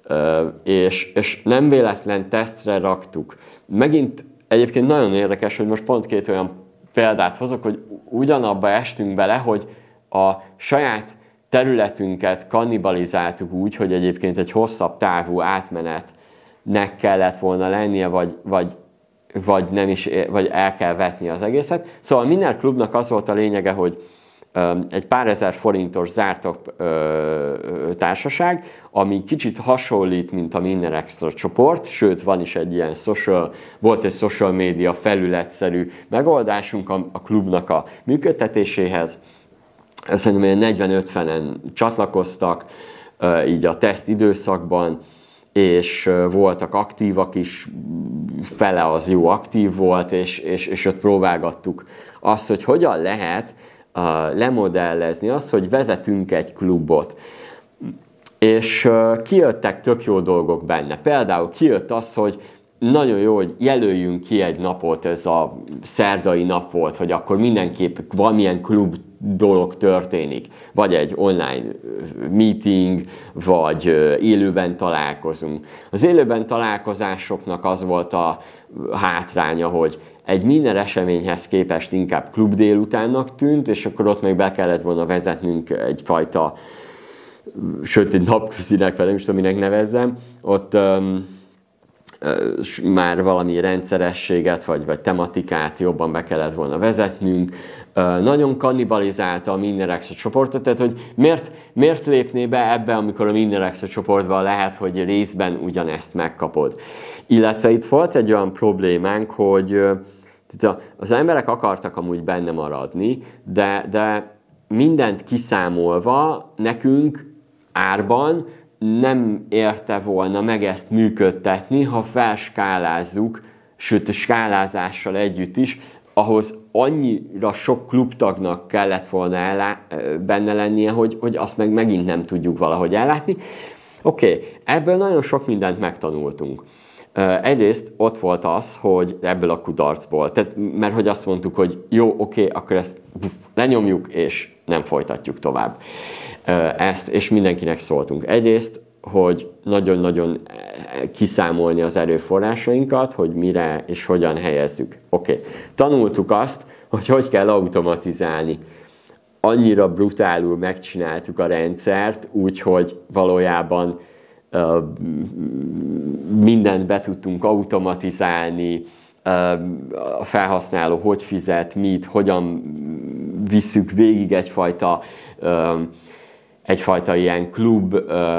és nem véletlen tesztre raktuk. Megint egyébként nagyon érdekes, hogy most pont két olyan példát hozok, hogy ugyanabba estünk bele, hogy a saját területünket kannibalizáltuk úgy, hogy egyébként egy hosszabb távú átmenetnek kellett volna lennie, vagy nem is, vagy el kell vetni az egészet. Szóval a Minner Klubnak az volt a lényege, hogy egy pár ezer forintos zárt társaság, ami kicsit hasonlít, mint a Minner Extra csoport, sőt, van is egy ilyen volt egy social media felületszerű megoldásunk a klubnak a működtetéséhez. Szerintem 40-50-en csatlakoztak így a teszt időszakban, és voltak aktívak is, fele az jó aktív volt, és ott próbálgattuk azt, hogy hogyan lehet lemodellezni azt, hogy vezetünk egy klubot. És kijöttek tök jó dolgok benne. Például kijött az, hogy nagyon jó, hogy jelöljünk ki egy napot, ez a szerdai nap volt, hogy akkor mindenképp valamilyen klub dolog történik. Vagy egy online meeting, vagy élőben találkozunk. Az élőben találkozásoknak az volt a hátránya, hogy egy Minner eseményhez képest inkább klub délutánnak tűnt, és akkor ott még be kellett volna vezetnünk egyfajta, sőt egy napközinek, vagy nem is tudom, minek nevezzem, ott már valami rendszerességet, vagy tematikát jobban be kellett volna vezetnünk, nagyon kannibalizálta a Minden Extra csoportot, tehát hogy miért lépné be ebbe, amikor a Minden Extra csoportban lehet, hogy részben ugyanezt megkapod. Illetve itt volt egy olyan problémánk, hogy az emberek akartak amúgy benne maradni, de mindent kiszámolva nekünk árban nem érte volna meg ezt működtetni, ha felskálázzuk, sőt a skálázással együtt is, ahhoz annyira sok klubtagnak kellett volna benne lennie, hogy azt megint nem tudjuk valahogy ellátni. Oké, ebből nagyon sok mindent megtanultunk. Egyrészt ott volt az, hogy ebből a kudarcból, mert hogy azt mondtuk, hogy jó, oké, akkor ezt lenyomjuk, és nem folytatjuk tovább ezt, és mindenkinek szóltunk. Egyrészt, hogy nagyon-nagyon kiszámolni az erőforrásainkat, hogy mire és hogyan helyezzük. Oké. Tanultuk azt, hogy kell automatizálni. Annyira brutálul megcsináltuk a rendszert, úgyhogy valójában mindent be tudtunk automatizálni, a felhasználó hogy fizet, mit, hogyan visszük végig egyfajta ilyen klub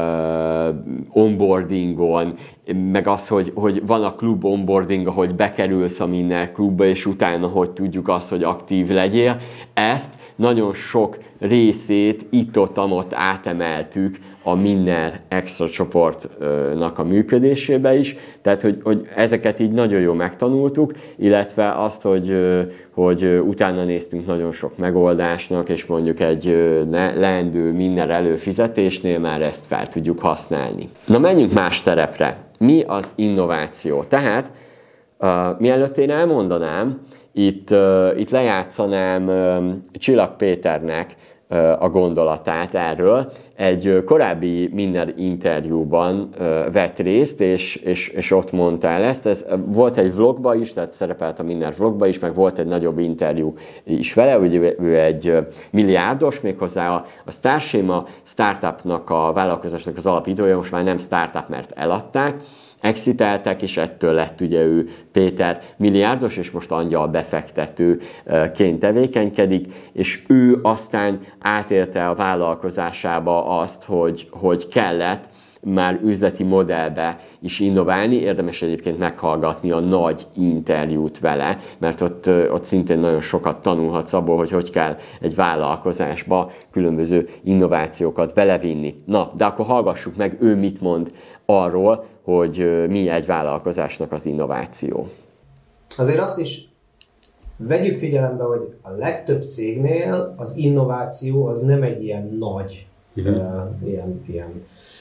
onboardingon, meg az, hogy van a klub onboarding, ahogy bekerülsz a Minner klubba, és utána hogy tudjuk azt, hogy aktív legyél. Ezt nagyon sok részét itt-ott átemeltük a Minner Extra csoportnak a működésébe is, tehát hogy ezeket így nagyon jól megtanultuk, illetve azt, hogy utána néztünk nagyon sok megoldásnak, és mondjuk egy leendő Minner előfizetésnél már ezt fel tudjuk használni. Na menjünk más terepre. Mi az innováció? Tehát mielőtt én elmondanám, itt lejátszanám Csillag Péternek a gondolatát erről. Egy korábbi Minner interjúban vett részt, és ott mondta el ezt. Ez volt egy vlogban is, tehát szerepelt a Minner vlogban is, meg volt egy nagyobb interjú is vele, hogy ő egy milliárdos, méghozzá a Starschema startupnak, a vállalkozásnak az alapítója, most már nem startup, mert eladták, exiteltek, és ettől lett ugye ő Péter milliárdos, és most angyal befektetőként tevékenykedik, és ő aztán átélte a vállalkozásába azt, hogy kellett már üzleti modellbe is innoválni. Érdemes egyébként meghallgatni a nagy interjút vele, mert ott szintén nagyon sokat tanulhatsz abból, hogy kell egy vállalkozásba különböző innovációkat belevinni. Na, de akkor hallgassuk meg, ő mit mond arról, hogy mi egy vállalkozásnak az innováció. Azért azt is vegyük figyelembe, hogy a legtöbb cégnél az innováció az nem egy ilyen nagy, ilyen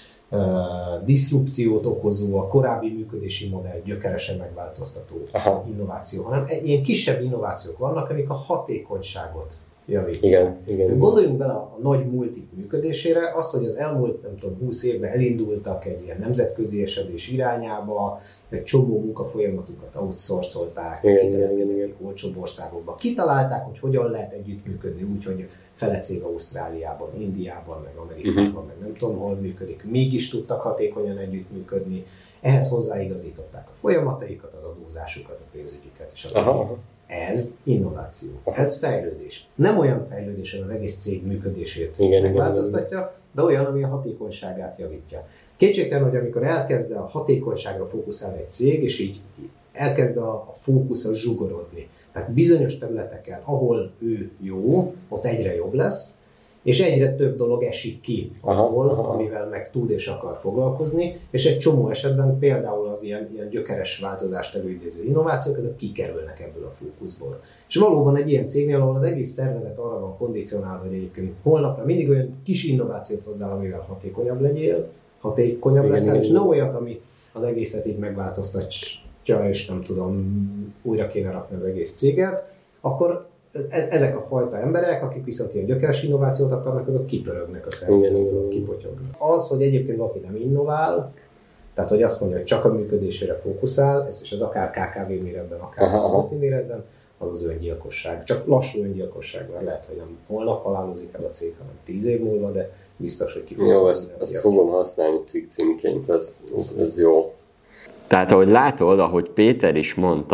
diszrupciót okozó, a korábbi működési modell gyökeresen megváltoztató innováció, hanem ilyen kisebb innovációk vannak, amik a hatékonyságot javítják. Igen. Gondoljunk bele a nagy multik működésére, azt, hogy az elmúlt, 20 évben elindultak egy ilyen nemzetközi esedés irányába, egy csomó munkafolyamatukat outsourcolták, olcsóbb országokba. Kitalálták, hogy hogyan lehet együttműködni úgy, hogy fele cég Ausztráliában, Indiában, meg Amerikában, meg nem tudom hol működik, mégis tudtak hatékonyan együttműködni. Ehhez hozzáigazították a folyamataikat, az adózásukat, a pénzügyiket és Ez innováció, ez fejlődés. Nem olyan fejlődés, hogy az egész cég működését megváltoztatja, de olyan, ami a hatékonyságát javítja. Kétségtelen, hogy amikor elkezd a hatékonyságra fókuszálni egy cég, és így elkezd a fókusz zsugorodni. Tehát bizonyos területeken, ahol ő jó, ott egyre jobb lesz, és egyre több dolog esik ki ahol, amivel meg tud és akar foglalkozni, és egy csomó esetben például az ilyen gyökeres változást előidéző innovációk, ezek kikerülnek ebből a fókuszból. És valóban egy ilyen cégnél, ahol az egész szervezet arra van kondicionálva, hogy egyébként holnapra mindig olyan kis innovációt hozzá, amivel hatékonyabb leszel, és ne olyat, ami az egészet így megváltoztatja, és nem tudom, újra kéne rakni az egész céget, akkor ezek a fajta emberek, akik viszont ilyen gyökeres innovációt akarnak, azok kipörögnek a szervezetből, kipotyognak. Az, hogy egyébként valaki nem innovál, tehát hogy azt mondja, hogy csak a működésére fókuszál, és ez akár KKV méretben, akár multi méretben, az az öngyilkosság. Csak lassú öngyilkosság, mert lehet, hogy nem holnap halálozik el a cég, hanem 10 év múlva, de biztos, hogy ki fogsz. Jó, ezt fogom használni cikkcímként, ez jó. Tehát ahogy látod, ahogy Péter is mondta,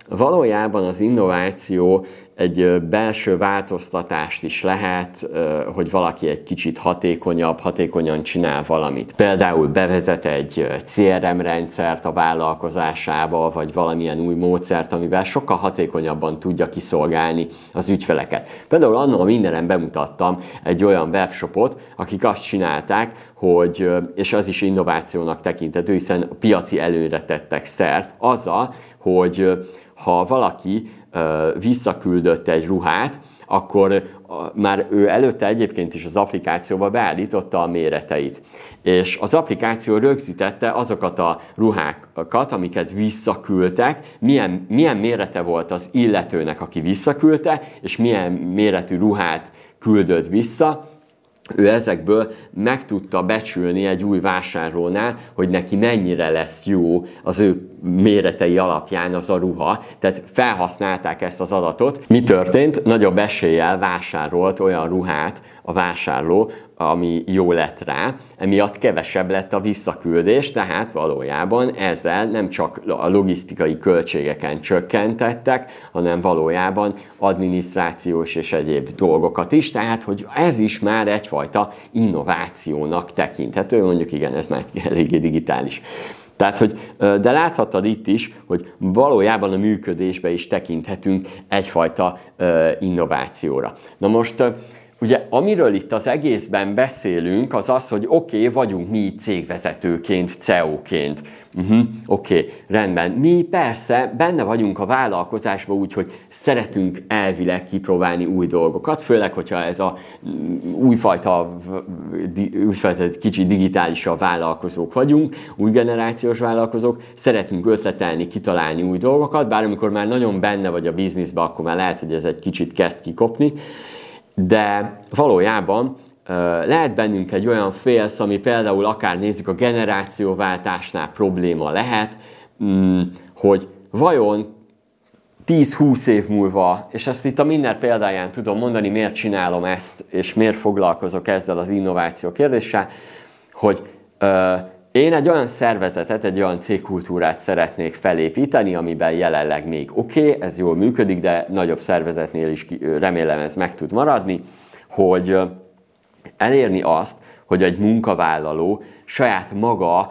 valójában az innováció egy belső változtatást is lehet, hogy valaki egy kicsit hatékonyan csinál valamit. Például bevezet egy CRM rendszert a vállalkozásába, vagy valamilyen új módszert, amivel sokkal hatékonyabban tudja kiszolgálni az ügyfeleket. Például annól mindenen bemutattam egy olyan webshopot, akik azt csinálták, hogy, és az is innovációnak tekinthető, hiszen a piaci előnyre tettek szert azzal, hogy ha valaki visszaküldött egy ruhát, akkor már ő előtte egyébként is az applikációba beállította a méreteit. És az applikáció rögzítette azokat a ruhákat, amiket visszaküldtek, milyen mérete volt az illetőnek, aki visszaküldte, és milyen méretű ruhát küldött vissza. Ő ezekből meg tudta becsülni egy új vásárlónál, hogy neki mennyire lesz jó az ő méretei alapján az a ruha. Tehát felhasználták ezt az adatot. Mi történt? Nagyobb eséllyel vásárolt olyan ruhát a vásárló, ami jó lett rá, emiatt kevesebb lett a visszaküldés, tehát valójában ezzel nem csak a logisztikai költségeken csökkentettek, hanem valójában adminisztrációs és egyéb dolgokat is, tehát hogy ez is már egyfajta innovációnak tekinthető, mondjuk igen, ez már eléggé digitális. Tehát, de láthattad itt is, hogy valójában a működésbe is tekinthetünk egyfajta innovációra. Na most, ugye, amiről itt az egészben beszélünk, az az, hogy oké, vagyunk mi cégvezetőként, CEO-ként. Oké, rendben. Mi persze benne vagyunk a vállalkozásban úgy, hogy szeretünk elvileg kipróbálni új dolgokat, főleg, hogyha ez a újfajta kicsi digitálisabb vállalkozók vagyunk, új generációs vállalkozók, szeretünk ötletelni, kitalálni új dolgokat, bár amikor már nagyon benne vagy a bizniszben, akkor már lehet, hogy ez egy kicsit kezd kikopni. De valójában lehet bennünk egy olyan félsz, ami például akár nézzük a generációváltásnál probléma lehet, hogy vajon 10-20 év múlva, és ezt itt a Minner példáján tudom mondani, miért csinálom ezt, és miért foglalkozok ezzel az innováció kérdéssel, hogy én egy olyan szervezetet, egy olyan cégkultúrát szeretnék felépíteni, amiben jelenleg még oké, ez jól működik, de nagyobb szervezetnél is remélem ez meg tud maradni, hogy elérni azt, hogy egy munkavállaló saját maga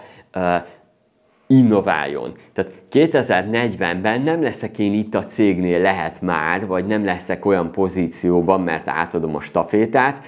innováljon. Tehát 2040-ben nem leszek én itt a cégnél, lehet már, vagy nem leszek olyan pozícióban, mert átadom a stafétát,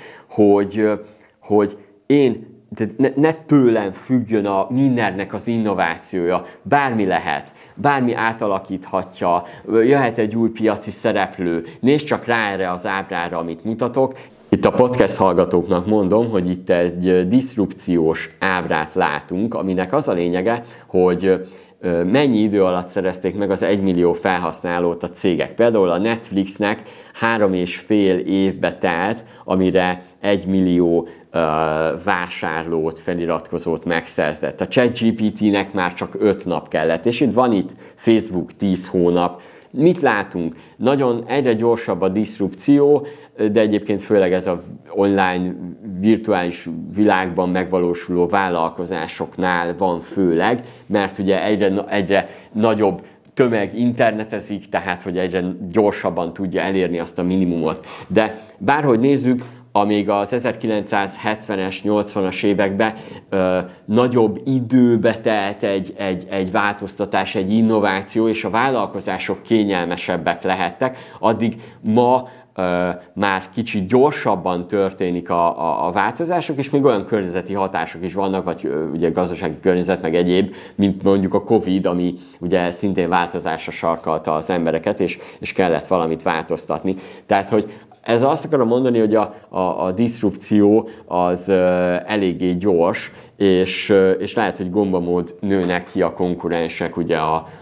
hogy én ne tőlem függjön a Minnernek az innovációja, bármi lehet, bármi átalakíthatja, jöhet egy új piaci szereplő, nézd csak rá erre az ábrára, amit mutatok. Itt a podcast hallgatóknak mondom, hogy itt egy diszrupciós ábrát látunk, aminek az a lényege, hogy mennyi idő alatt szerezték meg az 1 millió felhasználót a cégek. Például a Netflixnek 3,5 évbe telt, amire 1 millió vásárlót, feliratkozót megszerzett. A ChatGPT-nek már csak 5 nap kellett, és itt van itt Facebook 10 hónap. Mit látunk? Nagyon egyre gyorsabb a diszrupció, de egyébként főleg ez a online, virtuális világban megvalósuló vállalkozásoknál van főleg, mert ugye egyre nagyobb tömeg internetezik, tehát hogy egyre gyorsabban tudja elérni azt a minimumot. De bárhogy nézzük, amíg az 1970-es, 80-as években nagyobb időbe telt egy változtatás, egy innováció, és a vállalkozások kényelmesebbek lehettek, addig ma már kicsit gyorsabban történik a változások, és még olyan környezeti hatások is vannak, vagy ugye gazdasági környezet, meg egyéb, mint mondjuk a Covid, ami ugye szintén változásra sarkalta az embereket, és kellett valamit változtatni. Tehát, hogy ez azt akarom mondani, hogy a diszrupció az eléggé gyors, és lehet, hogy gombamód nőnek ki a konkurensek ugye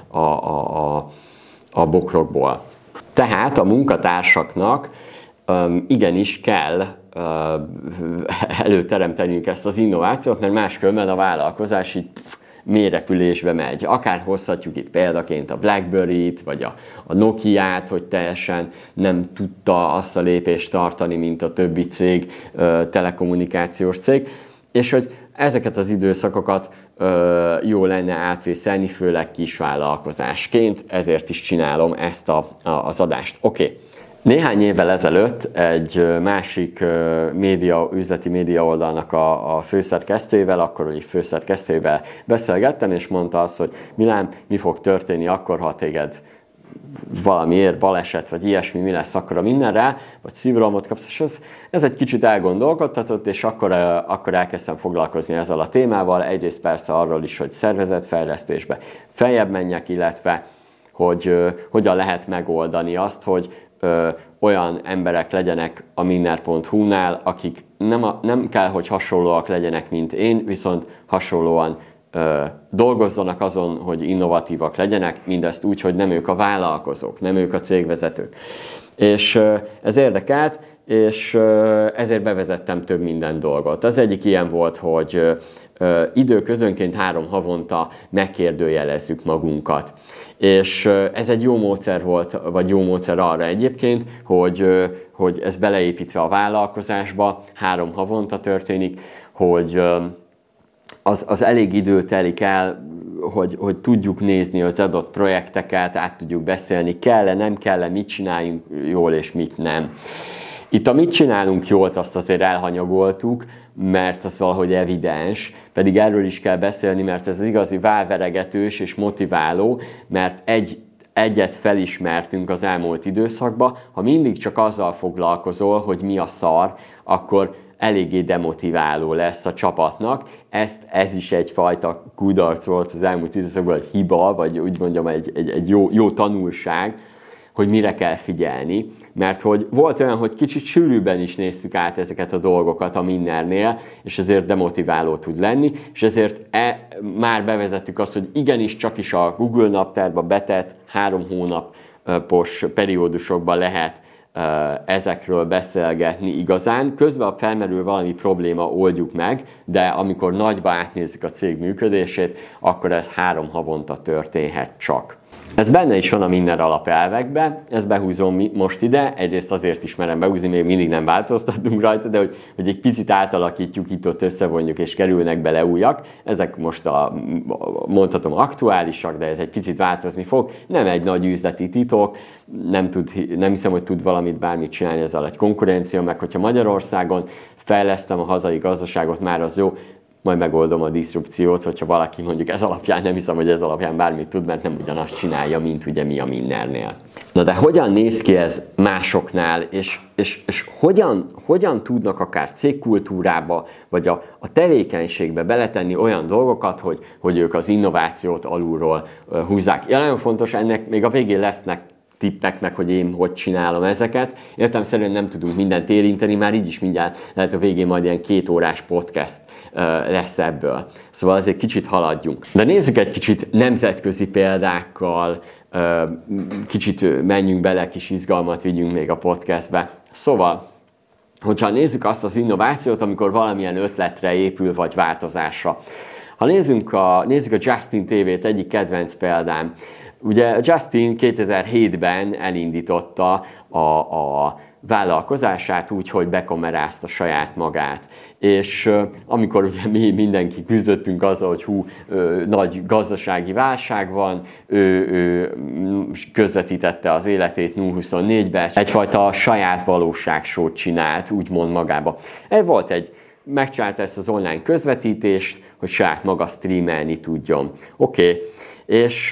a bokrokból. Tehát a munkatársaknak igenis kell előteremtenünk ezt az innovációt, mert máskülönben a vállalkozás így mélyrepülésbe megy. Akár hozhatjuk itt példaként a BlackBerry-t, vagy a Nokia-t, hogy teljesen nem tudta azt a lépést tartani, mint a többi cég, telekommunikációs cég. és hogy ezeket az időszakokat jó lenne átvészelni, főleg kisvállalkozásként, ezért is csinálom ezt az adást. Oké. Néhány évvel ezelőtt egy másik üzleti média oldalnak a főszerkesztőjével, akkori főszerkesztőjével beszélgettem, és mondta azt, hogy Milán, mi fog történni akkor, ha téged valamiért baleset, vagy ilyesmi, mi lesz akkor a mindenre, vagy szívrohamot kapsz, és ez egy kicsit elgondolkodtatott, és akkor elkezdtem foglalkozni ezzel a témával, egyrészt persze arról is, hogy szervezetfejlesztésbe feljebb menjek, illetve hogy hogyan lehet megoldani azt, hogy olyan emberek legyenek a minner.hu-nál, akik nem kell, hogy hasonlóak legyenek, mint én, viszont hasonlóan dolgozzanak azon, hogy innovatívak legyenek, mindezt úgy, hogy nem ők a vállalkozók, nem ők a cégvezetők. És ez érdekelt, és ezért bevezettem több minden dolgot. Az egyik ilyen volt, hogy időközönként 3 havonta megkérdőjelezzük magunkat. És ez egy jó módszer volt, vagy jó módszer arra egyébként, hogy ez beleépítve a vállalkozásba 3 havonta történik, hogy az elég idő telik el, hogy tudjuk nézni az adott projekteket, át tudjuk beszélni, kell-e, nem kell-e, mit csináljunk jól és mit nem. Itt a mit csinálunk jól, azt azért elhanyagoltuk, mert az valahogy evidens, pedig erről is kell beszélni, mert ez az igazi válveregetős és motiváló, mert egyet felismertünk az elmúlt időszakban, ha mindig csak azzal foglalkozol, hogy mi a szar, akkor eléggé demotiváló lesz a csapatnak. Ez is egyfajta kudarc volt az elmúlt időszakban, egy hiba, vagy úgy mondjam, egy jó tanulság, hogy mire kell figyelni, mert hogy volt olyan, hogy kicsit sűrűbben is néztük át ezeket a dolgokat a Minnernél, és ezért demotiváló tud lenni, és ezért már bevezettük azt, hogy igenis csak is a Google naptárba betett 3 hónapos periódusokban lehet ezekről beszélgetni igazán. Közben felmerül valami probléma, oldjuk meg, de amikor nagyba átnézzük a cég működését, akkor ez 3 havonta történhet csak. Ez benne is van a Minner alapelvekben, ezt behúzom most ide, egyrészt azért is merem behúzni, még mindig nem változtatunk rajta, de hogy egy picit átalakítjuk, itt-ott összevonjuk és kerülnek bele újak. Ezek most mondhatom aktuálisak, de ez egy picit változni fog. Nem egy nagy üzleti titok, nem hiszem, hogy tud valamit bármit csinálni ezzel egy konkurencia, meg hogyha Magyarországon fejlesztem a hazai gazdaságot, már az jó, majd megoldom a diszrupciót, hogyha valaki mondjuk ez alapján, nem hiszem, hogy ez alapján bármit tud, mert nem ugyanazt csinálja, mint ugye mi a Minnernél. Na de hogyan néz ki ez másoknál, és hogyan tudnak akár cégkultúrába, vagy a tevékenységbe beletenni olyan dolgokat, hogy ők az innovációt alulról húzzák. Ja, nagyon fontos, ennek még a végén lesznek tippek meg, hogy én hogy csinálom ezeket. Értelemszerűen nem tudunk mindent érinteni, már így is mindjárt lehet a végén majd ilyen 2 órás podcast lesz ebből. Szóval azért kicsit haladjunk. De nézzük egy kicsit nemzetközi példákkal, kicsit menjünk bele, kis izgalmat vigyünk még a podcastbe. Szóval, hogyha nézzük azt az innovációt, amikor valamilyen ötletre épül, vagy változásra. Ha nézzük a Justin TV-t, egyik kedvenc példám. Ugye Justin 2007-ben elindította a vállalkozását úgy, hogy bekamerázta saját magát. És amikor ugye mi mindenki küzdöttünk azzal, hogy nagy gazdasági válság van, ő közvetítette az életét 0-24-ben, egyfajta saját valóságsót csinált, úgymond magába. Megcsinálta ezt az online közvetítést, hogy saját maga streamelni tudjon. Oké. És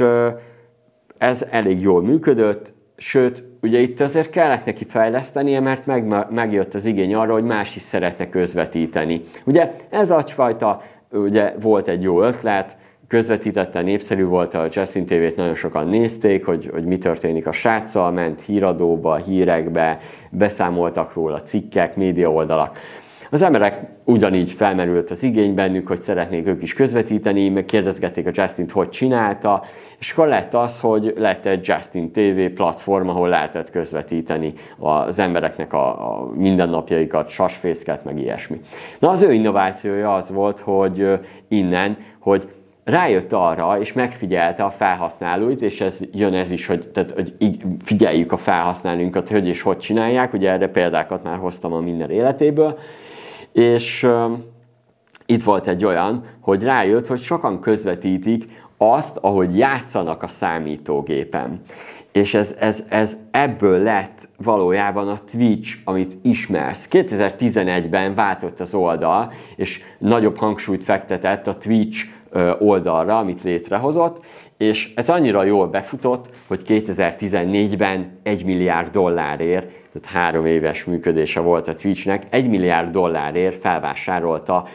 ez elég jól működött, sőt, ugye itt azért kellett neki fejlesztenie, mert megjött az igény arra, hogy más is szeretne közvetíteni. Ugye ez agyfajta, ugye volt egy jó ötlet, közvetítette, népszerű volt, a Justin TV-t nagyon sokan nézték, hogy mi történik a sráccal, ment híradóba, hírekbe, beszámoltak róla cikkek, média oldalak. Az emberek ugyanígy felmerült az igény bennük, hogy szeretnék ők is közvetíteni, meg kérdezgették a Justint, hogy csinálta, és akkor lett az, hogy lett egy Justin TV platform, ahol lehetett közvetíteni az embereknek a mindennapjaikat, sasfészket, meg ilyesmi. Na, az ő innovációja az volt, hogy hogy rájött arra, és megfigyelte a felhasználóit, és ez is, hogy figyeljük a felhasználóinkat, hogy és hogy csinálják, ugye erre példákat már hoztam a Minner életéből, és itt volt egy olyan, hogy rájött, hogy sokan közvetítik azt, ahogy játszanak a számítógépen. És ez ebből lett valójában a Twitch, amit ismersz. 2011-ben váltott az oldal, és nagyobb hangsúlyt fektetett a Twitch oldalra, amit létrehozott, és ez annyira jól befutott, hogy 2014-ben $1 milliárd, tehát 3 éves működése volt a Twitchnek, $1 milliárd felvásárolta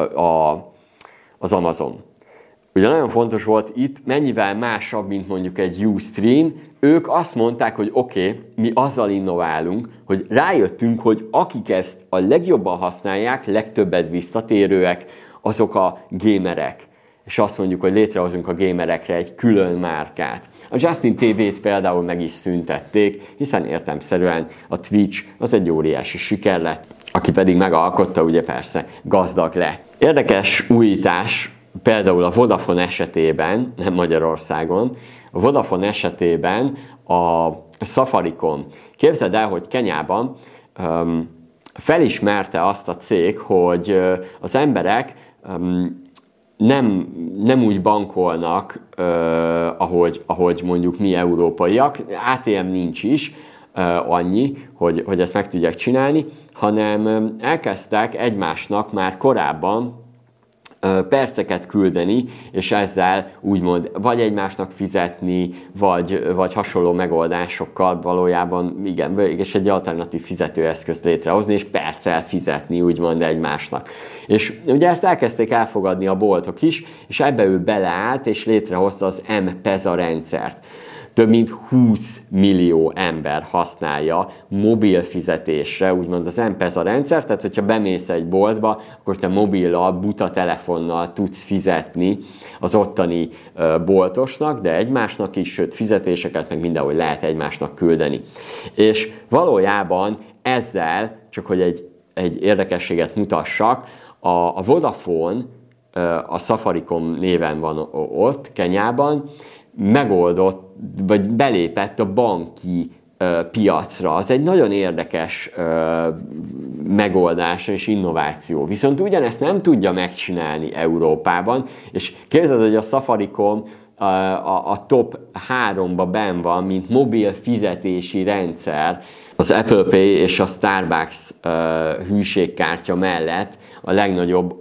az Amazon. Ugye nagyon fontos volt itt, mennyivel másabb, mint mondjuk egy Ustream. Ők azt mondták, hogy oké, mi azzal innoválunk, hogy rájöttünk, hogy akik ezt a legjobban használják, legtöbbet visszatérőek, azok a gamerek. És azt mondjuk, hogy létrehozunk a gamerekre egy külön márkát. A Justin TV-t például meg is szüntették, hiszen értelemszerűen a Twitch az egy óriási siker lett, aki pedig megalkotta, ugye persze gazdag lett. Érdekes újítás, például a Vodafone esetében, nem Magyarországon, a Vodafone esetében a Safaricom. Képzeld el, hogy Kenyában felismerte azt a cég, hogy az emberek nem úgy bankolnak, ahogy mondjuk mi európaiak, ATM nincs is annyi, hogy ezt meg tudják csinálni, hanem elkezdtek egymásnak már korábban perceket küldeni, és ezzel úgymond vagy egymásnak fizetni, vagy hasonló megoldásokkal valójában, igen, és egy alternatív fizetőeszközt létrehozni, és perccel fizetni úgymond egymásnak. És ugye ezt elkezdték elfogadni a boltok is, és ebbe ő beleállt, és létrehozta az M-Pesa rendszert. Több mint 20 millió ember használja mobil fizetésre, úgymond az M-Pesa rendszer, tehát hogyha bemész egy boltba, akkor te mobillal, buta telefonnal tudsz fizetni az ottani boltosnak, de egymásnak is, sőt fizetéseket meg mindenhogy lehet egymásnak küldeni. És valójában ezzel, csak hogy egy érdekességet mutassak, a Vodafone, a Safaricom néven van ott, Kenyában, megoldott, vagy belépett a banki piacra. Az egy nagyon érdekes megoldás és innováció. Viszont ugyanezt nem tudja megcsinálni Európában, és képzeld, hogy a Safaricom a top 3-ba benn van, mint mobil fizetési rendszer, az Apple Pay és a Starbucks hűségkártya mellett a legnagyobb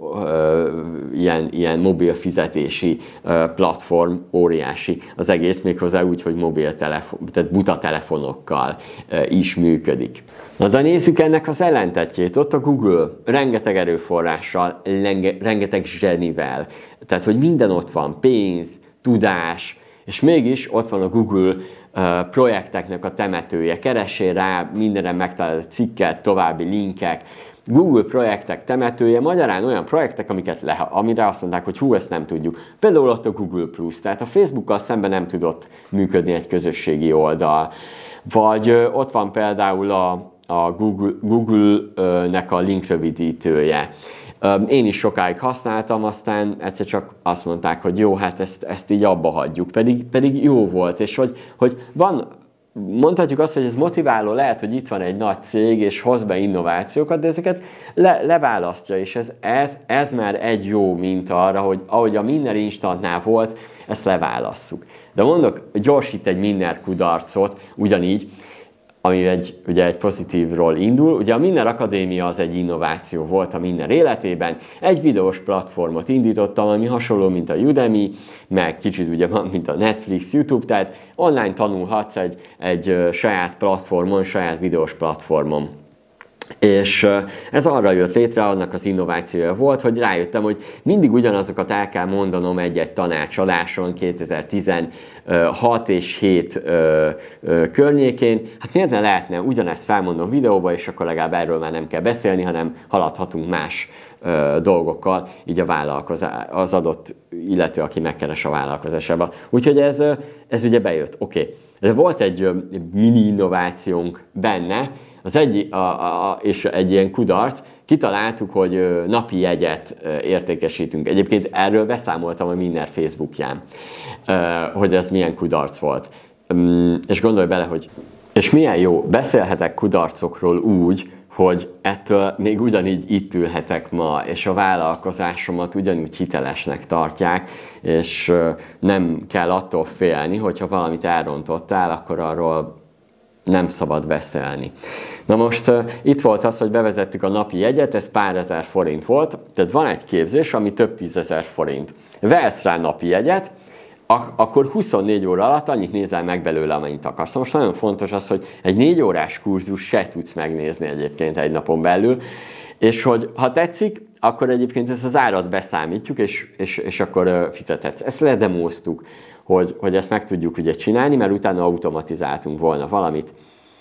ilyen mobil fizetési platform, óriási az egész, méghozzá úgy, hogy mobiltelefon, tehát buta telefonokkal is működik. Na de nézzük ennek az ellentetjét. Ott a Google rengeteg erőforrással, rengeteg zsenivel. Tehát, hogy minden ott van, pénz, tudás, és mégis ott van a Google projekteknek a temetője. Keressél rá, mindenre megtalálod a cikket, további linkek. Google projektek temetője, magyarán olyan projektek, amire azt mondták, hogy hú, ezt nem tudjuk. Például ott a Google Plus, tehát a Facebookkal szemben nem tudott működni egy közösségi oldal. Vagy ott van például a Google-nek a linkrövidítője. Én is sokáig használtam, aztán egyszer csak azt mondták, hogy jó, hát ezt így abba hagyjuk, pedig jó volt, és hogy van, mondhatjuk azt, hogy ez motiváló, lehet, hogy itt van egy nagy cég, és hoz be innovációkat, de ezeket leválasztja, és ez már egy jó minta arra, hogy ahogy a Minner Instantnál volt, ezt leválasszuk. De mondok gyorsít egy Minner kudarcot, ugyanígy, ami ugye egy pozitívról indul. Ugye a Minner Akadémia az egy innováció volt a Minner életében. Egy videós platformot indítottam, ami hasonló, mint a Udemy, meg kicsit ugye mint a Netflix, YouTube, tehát online tanulhatsz egy saját platformon, saját videós platformon. És ez arra jött létre, annak az innovációja volt, hogy rájöttem, hogy mindig ugyanazokat el kell mondanom egy-egy tanácsadáson 2016 és 7 környékén. Hát miért ne lehetne ugyanezt felmondom videóba, és akkor legalább erről már nem kell beszélni, hanem haladhatunk más dolgokkal, így az adott illető, aki megkeres a vállalkozásában. Úgyhogy ez ugye bejött. Oké. De volt egy mini innovációnk benne, és egy ilyen kudarc, kitaláltuk, hogy napi jegyet értékesítünk. Egyébként erről beszámoltam a Minner Facebookján, hogy ez milyen kudarc volt. És gondolj bele, hogy és milyen jó, beszélhetek kudarcokról úgy, hogy ettől még ugyanígy itt ülhetek ma, és a vállalkozásomat ugyanúgy hitelesnek tartják, és nem kell attól félni, hogyha valamit elrontottál, akkor arról nem szabad beszélni. Na most itt volt az, hogy bevezettük a napi jegyet, ez pár ezer forint volt, tehát van egy képzés, ami több 10 000 forint. Vehetsz rá napi jegyet, akkor 24 óra alatt annyit nézel meg belőle, amennyit akarsz. Most nagyon fontos az, hogy egy 4 órás kurzus se tudsz megnézni egyébként egy napon belül, és hogy ha tetszik, akkor egyébként ezt az árat beszámítjuk, és akkor fizethetsz. Ezt ledemóztuk, hogy ezt meg tudjuk ugye csinálni, mert utána automatizáltunk volna valamit.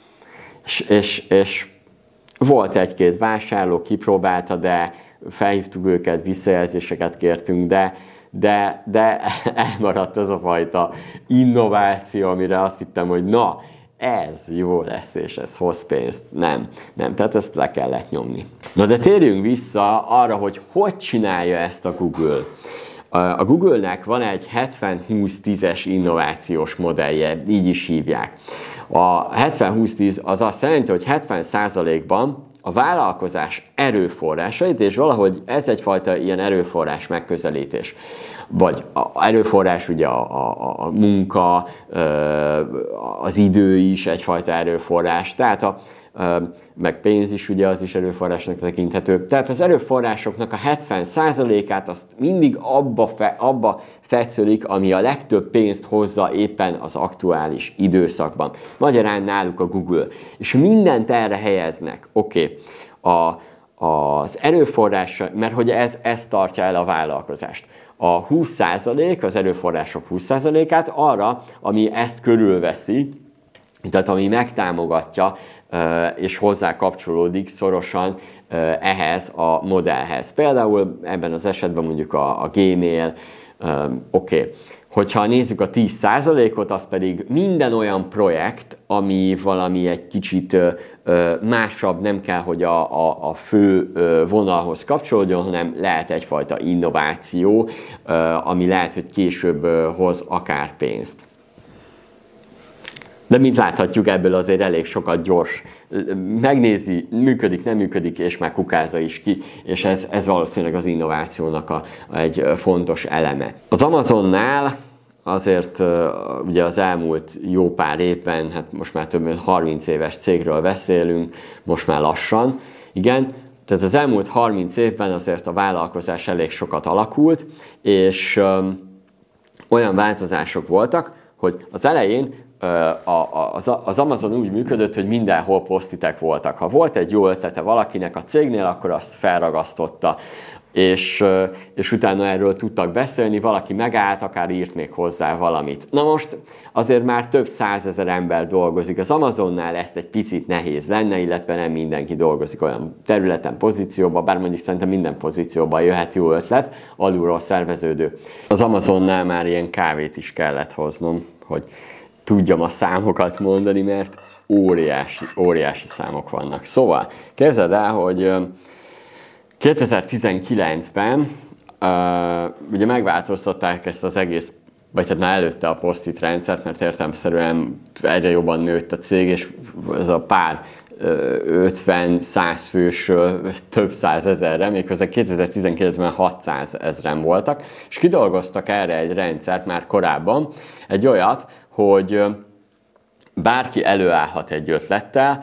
És volt egy-két vásárló, kipróbálta, de felhívtuk őket, visszajelzéseket kértünk, de elmaradt az a fajta innováció, amire azt hittem, hogy na, ez jó lesz, és ez hoz pénzt. Nem, tehát ezt le kellett nyomni. Na de térjünk vissza arra, hogy csinálja ezt a Google. A Google-nek van egy 70-20-10-es innovációs modellje, így is hívják. A 70-20-10 az azt jelenti, hogy 70%-ban a vállalkozás erőforrásait, és valahogy ez egyfajta ilyen erőforrás megközelítés. Vagy erőforrás ugye a munka, az idő is egyfajta erőforrás, tehát meg pénz is ugye az is erőforrásnak tekinthető. Tehát az erőforrásoknak a 70%-át azt mindig abba fetszölik, ami a legtöbb pénzt hozza éppen az aktuális időszakban. Magyarán náluk a Google. És mindent erre helyeznek. Oké. Az erőforrás, mert hogy ez tartja el a vállalkozást. A 20%, az erőforrások 20%-át arra, ami ezt körülveszi, tehát ami megtámogatja és hozzá kapcsolódik szorosan ehhez a modellhez. Például ebben az esetben mondjuk a Gmail, oké. Hogyha nézzük a 10%-ot, az pedig minden olyan projekt, ami valami egy kicsit másabb, nem kell, hogy a fő vonalhoz kapcsolódjon, hanem lehet egyfajta innováció, ami lehet, hogy később hoz akár pénzt. De mint láthatjuk, ebből azért elég sokat gyors megnézi, működik, nem működik, és már kukázza is ki, és ez valószínűleg az innovációnak egy fontos eleme. Az Amazonnál azért ugye az elmúlt jó pár évben, hát most már több mint 30 éves cégről beszélünk, most már lassan, igen, tehát az elmúlt 30 évben azért a vállalkozás elég sokat alakult, és olyan változások voltak, hogy az elején az Amazon úgy működött, hogy mindenhol posztitek voltak. Ha volt egy jó ötlete valakinek a cégnél, akkor azt felragasztotta, és utána erről tudtak beszélni, valaki megállt, akár írt még hozzá valamit. Na most azért már több 100 000 ember dolgozik. Az Amazonnál ezt egy picit nehéz lenne, illetve nem mindenki dolgozik olyan területen, pozícióban, bár mondjuk szerintem minden pozícióban jöhet jó ötlet, alulról szerveződő. Az Amazonnál már ilyen kávét is kellett hoznom, hogy tudjam a számokat mondani, mert óriási számok vannak. Szóval képzeld el, hogy 2019-ben ugye megváltoztatták ezt az egész, vagy hát már előtte a post-it rendszert, mert értelemszerűen egyre jobban nőtt a cég, és ez a pár 50-100 fősről több 100 000-re, méghozzá 2019-ben 600 000-en voltak, és kidolgoztak erre egy rendszert már korábban, egy olyat, hogy bárki előállhat egy ötlettel,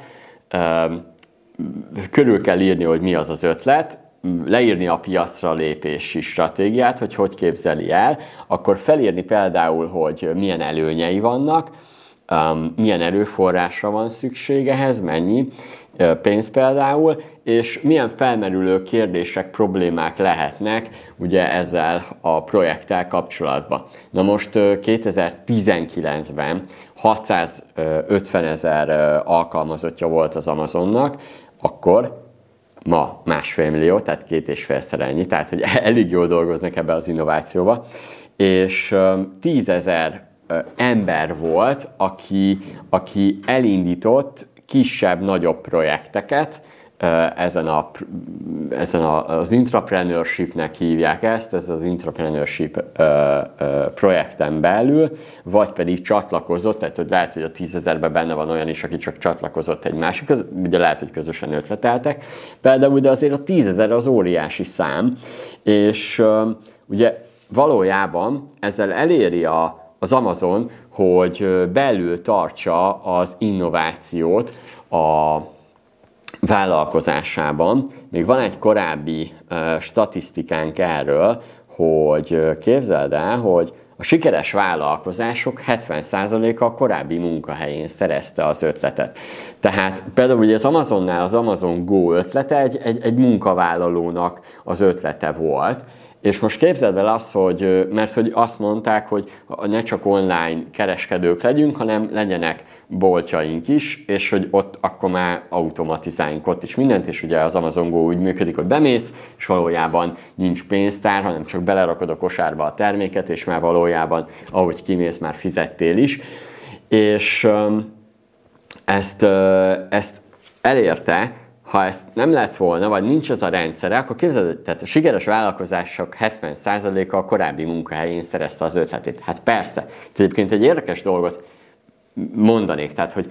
körül kell írni, hogy mi az az ötlet, leírni a piacra lépési stratégiát, hogy képzeli el, akkor felírni például, hogy milyen előnyei vannak, milyen erőforrásra van szükség ehhez, mennyi pénz például, és milyen felmerülő kérdések, problémák lehetnek ugye ezzel a projekttel kapcsolatban. Na most 2019-ben 650 000 alkalmazottja volt az Amazonnak, akkor ma 1,5 millió, tehát 2,5-szer ennyi, tehát hogy elég jól dolgoznak ebbe az innovációba, és 10 000 ember volt, aki elindított kisebb-nagyobb projekteket ezen az intrapreneurshipnek hívják ezt, ez az intrapreneurship projekten belül, vagy pedig csatlakozott, tehát hogy lehet, hogy a 10 000-ben benne van olyan is, aki csak csatlakozott egy másik, ugye lehet, hogy közösen ötleteltek, például de azért a 10 000 az óriási szám, és ugye valójában ezzel eléri az Amazon, hogy belül tartsa az innovációt a vállalkozásában. Még van egy korábbi statisztikánk erről, hogy képzeld el, hogy a sikeres vállalkozások 70%-a a korábbi munkahelyén szerezte az ötletet. Tehát például ugye az Amazonnál az Amazon Go ötlete egy munkavállalónak az ötlete volt, és most képzeld el azt, mert hogy azt mondták, hogy ne csak online kereskedők legyünk, hanem legyenek boltjaink is, és hogy ott akkor már automatizáljunk ott is mindent, és ugye az Amazon Go úgy működik, hogy bemész, és valójában nincs pénztár, hanem csak belerakod a kosárba a terméket, és már valójában, ahogy kimész, már fizettél is. És ezt elérte. Ha ezt nem lett volna, vagy nincs ez a rendszere, akkor képzeld, tehát a sikeres vállalkozások 70%-a a korábbi munkahelyén szerezte az ötletét. Hát persze. Itt egyébként egy érdekes dolgot mondanék,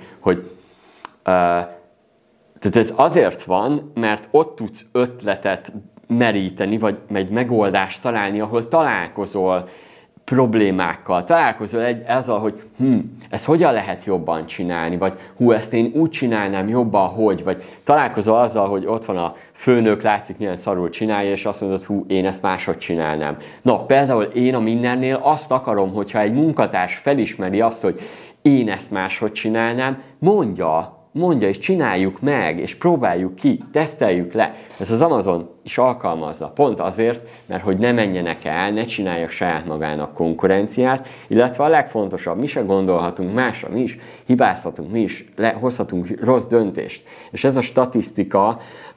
tehát ez azért van, mert ott tudsz ötletet meríteni, vagy egy megoldást találni, ahol találkozol problémákkal, találkozol azzal, hogy ezt hogyan lehet jobban csinálni, vagy ezt én úgy csinálnám jobban, vagy találkozol azzal, hogy ott van a főnök, látszik milyen szarul csinálja, és azt mondod, én ezt máshogy csinálnám. Na, például én a mindennél azt akarom, hogyha egy munkatárs felismeri azt, hogy én ezt máshogy csinálnám, mondja, és csináljuk meg, és próbáljuk ki, teszteljük le. Ez az Amazon is alkalmazza. Pont azért, mert hogy ne menjenek el, ne csinálja saját magának konkurenciát, illetve a legfontosabb, mi se gondolhatunk másra, mi is hibázhatunk, mi is hozhatunk rossz döntést. És ez a statisztika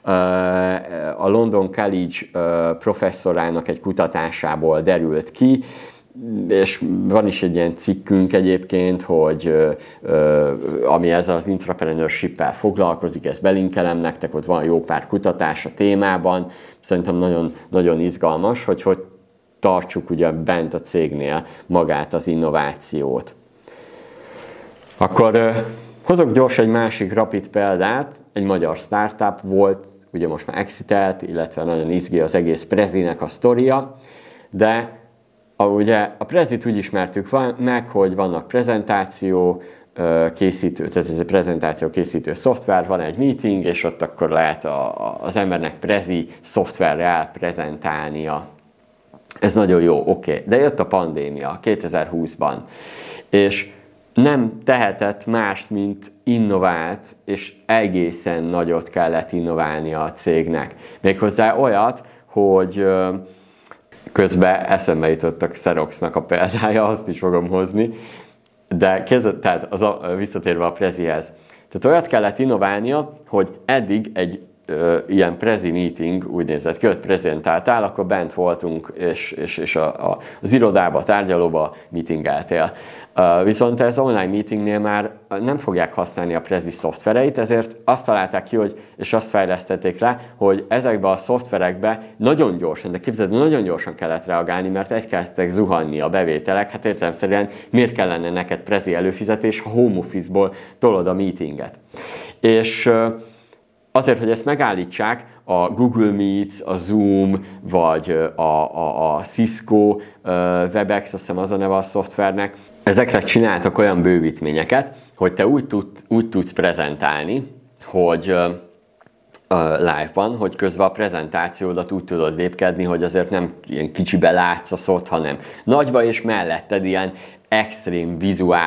a London College professzorának egy kutatásából derült ki, és van is egy ilyen cikkünk egyébként, hogy ami ezzel az intrapreneurship-el foglalkozik, ezt belinkelem nektek, ott van jó pár kutatás a témában, szerintem nagyon, nagyon izgalmas, hogy tartsuk ugye bent a cégnél magát az innovációt. Akkor hozok gyors egy másik rapid példát, egy magyar startup volt, ugye most már exitelt, illetve nagyon izgi az egész Prezinek a sztoria, de ugye a Prezit úgy ismertük meg, hogy vannak prezentáció készítő, tehát ez a prezentáció készítő szoftver, van egy meeting, és ott akkor lehet az embernek Prezi szoftverrel prezentálnia. Ez nagyon jó, oké. De jött a pandémia 2020-ban, és nem tehetett mást, mint innovált, és egészen nagyot kellett innoválnia a cégnek. Méghozzá olyat, hogy közben eszembe jutott a Xeroxnak a példája, azt is fogom hozni, de tehát visszatérve a Prezihez. Tehát olyat kellett innoválnia, hogy eddig egy ilyen Prezi meeting úgy nézett ki, hogy prezentáltál, akkor bent voltunk, és az irodába, tárgyalóba meetingeltél. Viszont ez online meetingnél már nem fogják használni a Prezi szoftvereit, ezért azt találták ki, és azt fejlesztették le, hogy ezekbe a szoftverekbe nagyon gyorsan, de képzeld, nagyon gyorsan kellett reagálni, mert elkezdtek zuhanni a bevételek, hát értelemszerűen miért kellene neked Prezi előfizetés, ha home office-ból tolod a meetinget. És azért, hogy ezt megállítsák, a Google Meet, a Zoom, vagy a Cisco Webex, azt hiszem az a neve a szoftvernek, ezekre csináltak olyan bővítményeket, hogy te úgy tudsz prezentálni, hogy live-ban, hogy közben a prezentációdat úgy tudod lépkedni, hogy azért nem ilyen kicsibe látsz a szót, hanem nagyba, és melletted ilyen extrém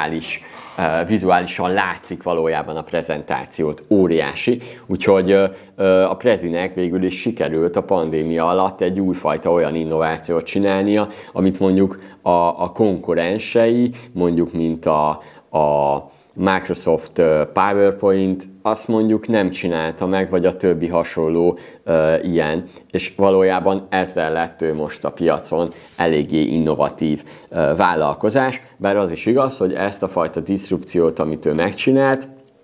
vizuálisan látszik valójában a prezentációt, óriási, úgyhogy a Prezinek végül is sikerült a pandémia alatt egy újfajta olyan innovációt csinálnia, amit mondjuk a konkurensei, mondjuk mint a Microsoft PowerPoint, azt mondjuk nem csinálta meg, vagy a többi hasonló ilyen, és valójában ezzel lett ő most a piacon eléggé innovatív vállalkozás, bár az is igaz, hogy ezt a fajta diszrupciót, amit ő megcsinált,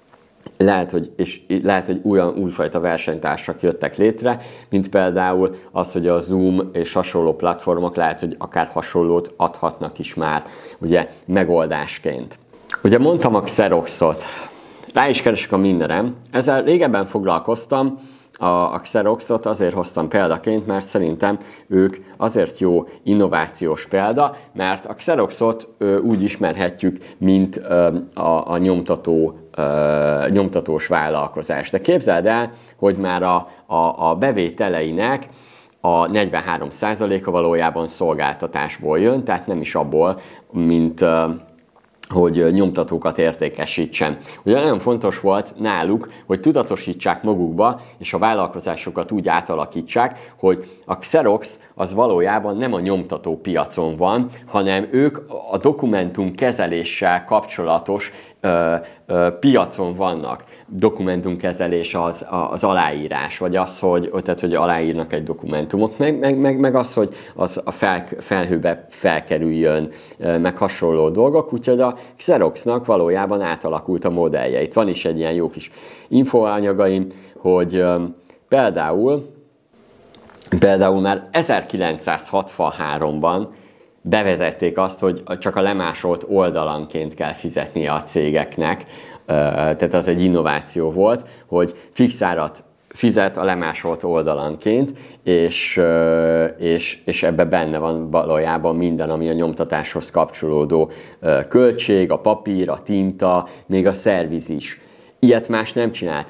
lehet, hogy újfajta versenytársak jöttek létre, mint például az, hogy a Zoom és hasonló platformok lehet, hogy akár hasonlót adhatnak is már ugye megoldásként. Ugye mondtam a Xeroxot, rá is keresek a mindenem, ezzel régebben foglalkoztam, a Xeroxot azért hoztam példaként, mert szerintem ők azért jó innovációs példa, mert a Xeroxot úgy ismerhetjük, mint a nyomtatós vállalkozás. De képzeld el, hogy már a bevételeinek a 43%-a valójában szolgáltatásból jön, tehát nem is abból, mint hogy nyomtatókat értékesítsen. Ugye nagyon fontos volt náluk, hogy tudatosítsák magukba, és a vállalkozásokat úgy átalakítsák, hogy a Xerox az valójában nem a nyomtató piacon van, hanem ők a dokumentumkezeléssel kapcsolatos piacon vannak. Dokumentumkezelés az aláírás, vagy az, hogy aláírnak egy dokumentumot, meg az, hogy az a felhőbe felkerüljön, meg hasonló dolgok, úgyhogy a Xeroxnak valójában átalakult a modellje. Itt van is egy ilyen jó kis infoanyagaim, hogy például már 1963-ban bevezették azt, hogy csak a lemásolt oldalanként kell fizetnie a cégeknek, tehát az egy innováció volt, hogy fix árat fizet a lemásolt oldalanként, és ebbe benne van valójában minden, ami a nyomtatáshoz kapcsolódó költség, a papír, a tinta, még a szerviz is. Ilyet más nem csinált.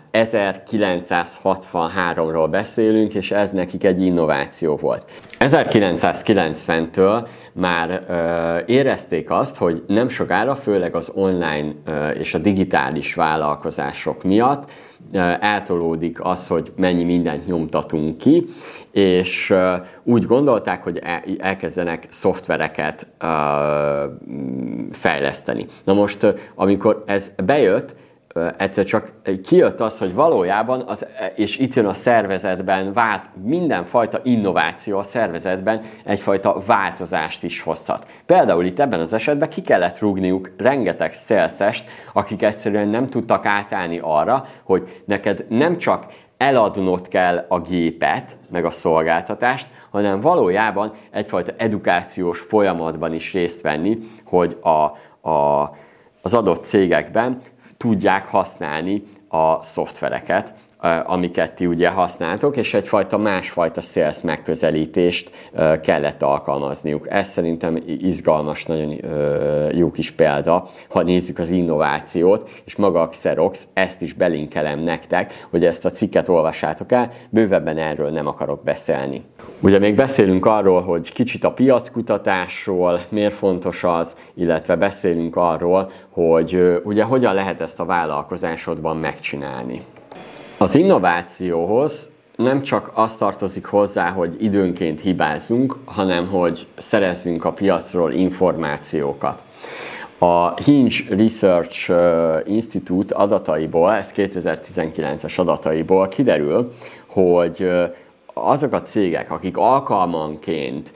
1963-ról beszélünk, és ez nekik egy innováció volt. 1990-től már érezték azt, hogy nem sokára, főleg az online és a digitális vállalkozások miatt eltolódik az, hogy mennyi mindent nyomtatunk ki, és úgy gondolták, hogy elkezdenek szoftvereket fejleszteni. Na most, amikor ez bejött, egyszer csak kijött az, hogy valójában, és itt jön a szervezetben, mindenfajta innováció a szervezetben egyfajta változást is hozhat. Például itt ebben az esetben ki kellett rúgniuk rengeteg szélszest, akik egyszerűen nem tudtak átállni arra, hogy neked nem csak eladnod kell a gépet, meg a szolgáltatást, hanem valójában egyfajta edukációs folyamatban is részt venni, hogy az adott cégekben tudják használni a szoftvereket, amiket ti ugye használtok, és egyfajta másfajta sales megközelítést kellett alkalmazniuk. Ez szerintem izgalmas, nagyon jó kis példa, ha nézzük az innovációt, és maga a Xerox, ezt is belinkelem nektek, hogy ezt a cikket olvassátok el, bővebben erről nem akarok beszélni. Ugye még beszélünk arról, hogy kicsit a piackutatásról, miért fontos az, illetve beszélünk arról, hogy ugye hogyan lehet ezt a vállalkozásodban megcsinálni. Az innovációhoz nem csak az tartozik hozzá, hogy időnként hibázzunk, hanem hogy szerezzünk a piacról információkat. A Hinge Research Institute adataiból, ez 2019-es adataiból kiderül, hogy azok a cégek, akik alkalmanként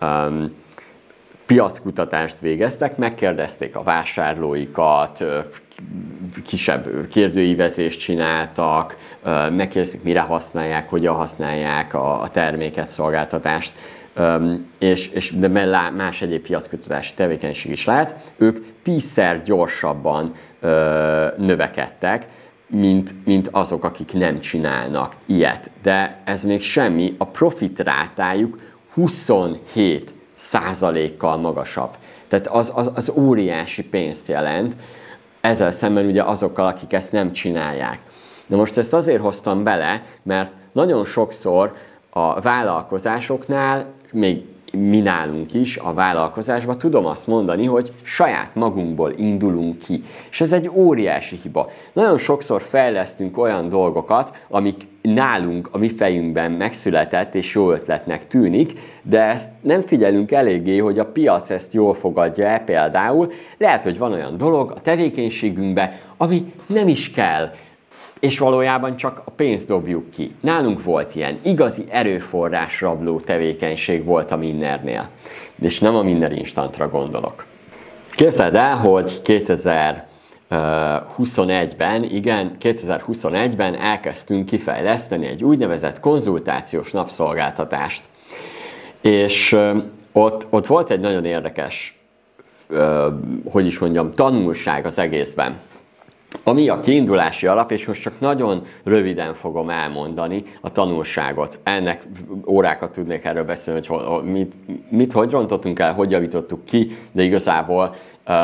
piackutatást végeztek, megkérdezték a vásárlóikat, kisebb kérdőívezést csináltak, megkérdezték, mire használják, hogyan használják a terméket, szolgáltatást, de más egyéb piackutatási tevékenység is lehet. Ők 10-szer gyorsabban növekedtek, mint azok, akik nem csinálnak ilyet. De ez még semmi, a profit rátájuk 27%-kal magasabb. Tehát az óriási pénzt jelent, ezzel szemben ugye azokkal, akik ezt nem csinálják. Na most ezt azért hoztam bele, mert nagyon sokszor a vállalkozásoknál, még mi nálunk is a vállalkozásban tudom azt mondani, hogy saját magunkból indulunk ki. És ez egy óriási hiba. Nagyon sokszor fejlesztünk olyan dolgokat, amik nálunk, a mi fejünkben megszületett és jó ötletnek tűnik, de ezt nem figyelünk eléggé, hogy a piac ezt jól fogadja el például. Lehet, hogy van olyan dolog a tevékenységünkben, ami nem is kell, és valójában csak a pénzt dobjuk ki. Nálunk volt ilyen igazi erőforrásrabló tevékenység volt a Minnernél, és nem a Minner Instantra gondolok. Képzeld el, hogy 2000 2021-ben elkezdtünk kifejleszteni egy úgynevezett konzultációs napszolgáltatást. És ott volt egy nagyon érdekes, tanulság az egészben. Ami a kiindulási alap, és most csak nagyon röviden fogom elmondani a tanulságot. Ennek órákat tudnék erről beszélni, hogy hogy rontottunk el, hogy javítottuk ki, de igazából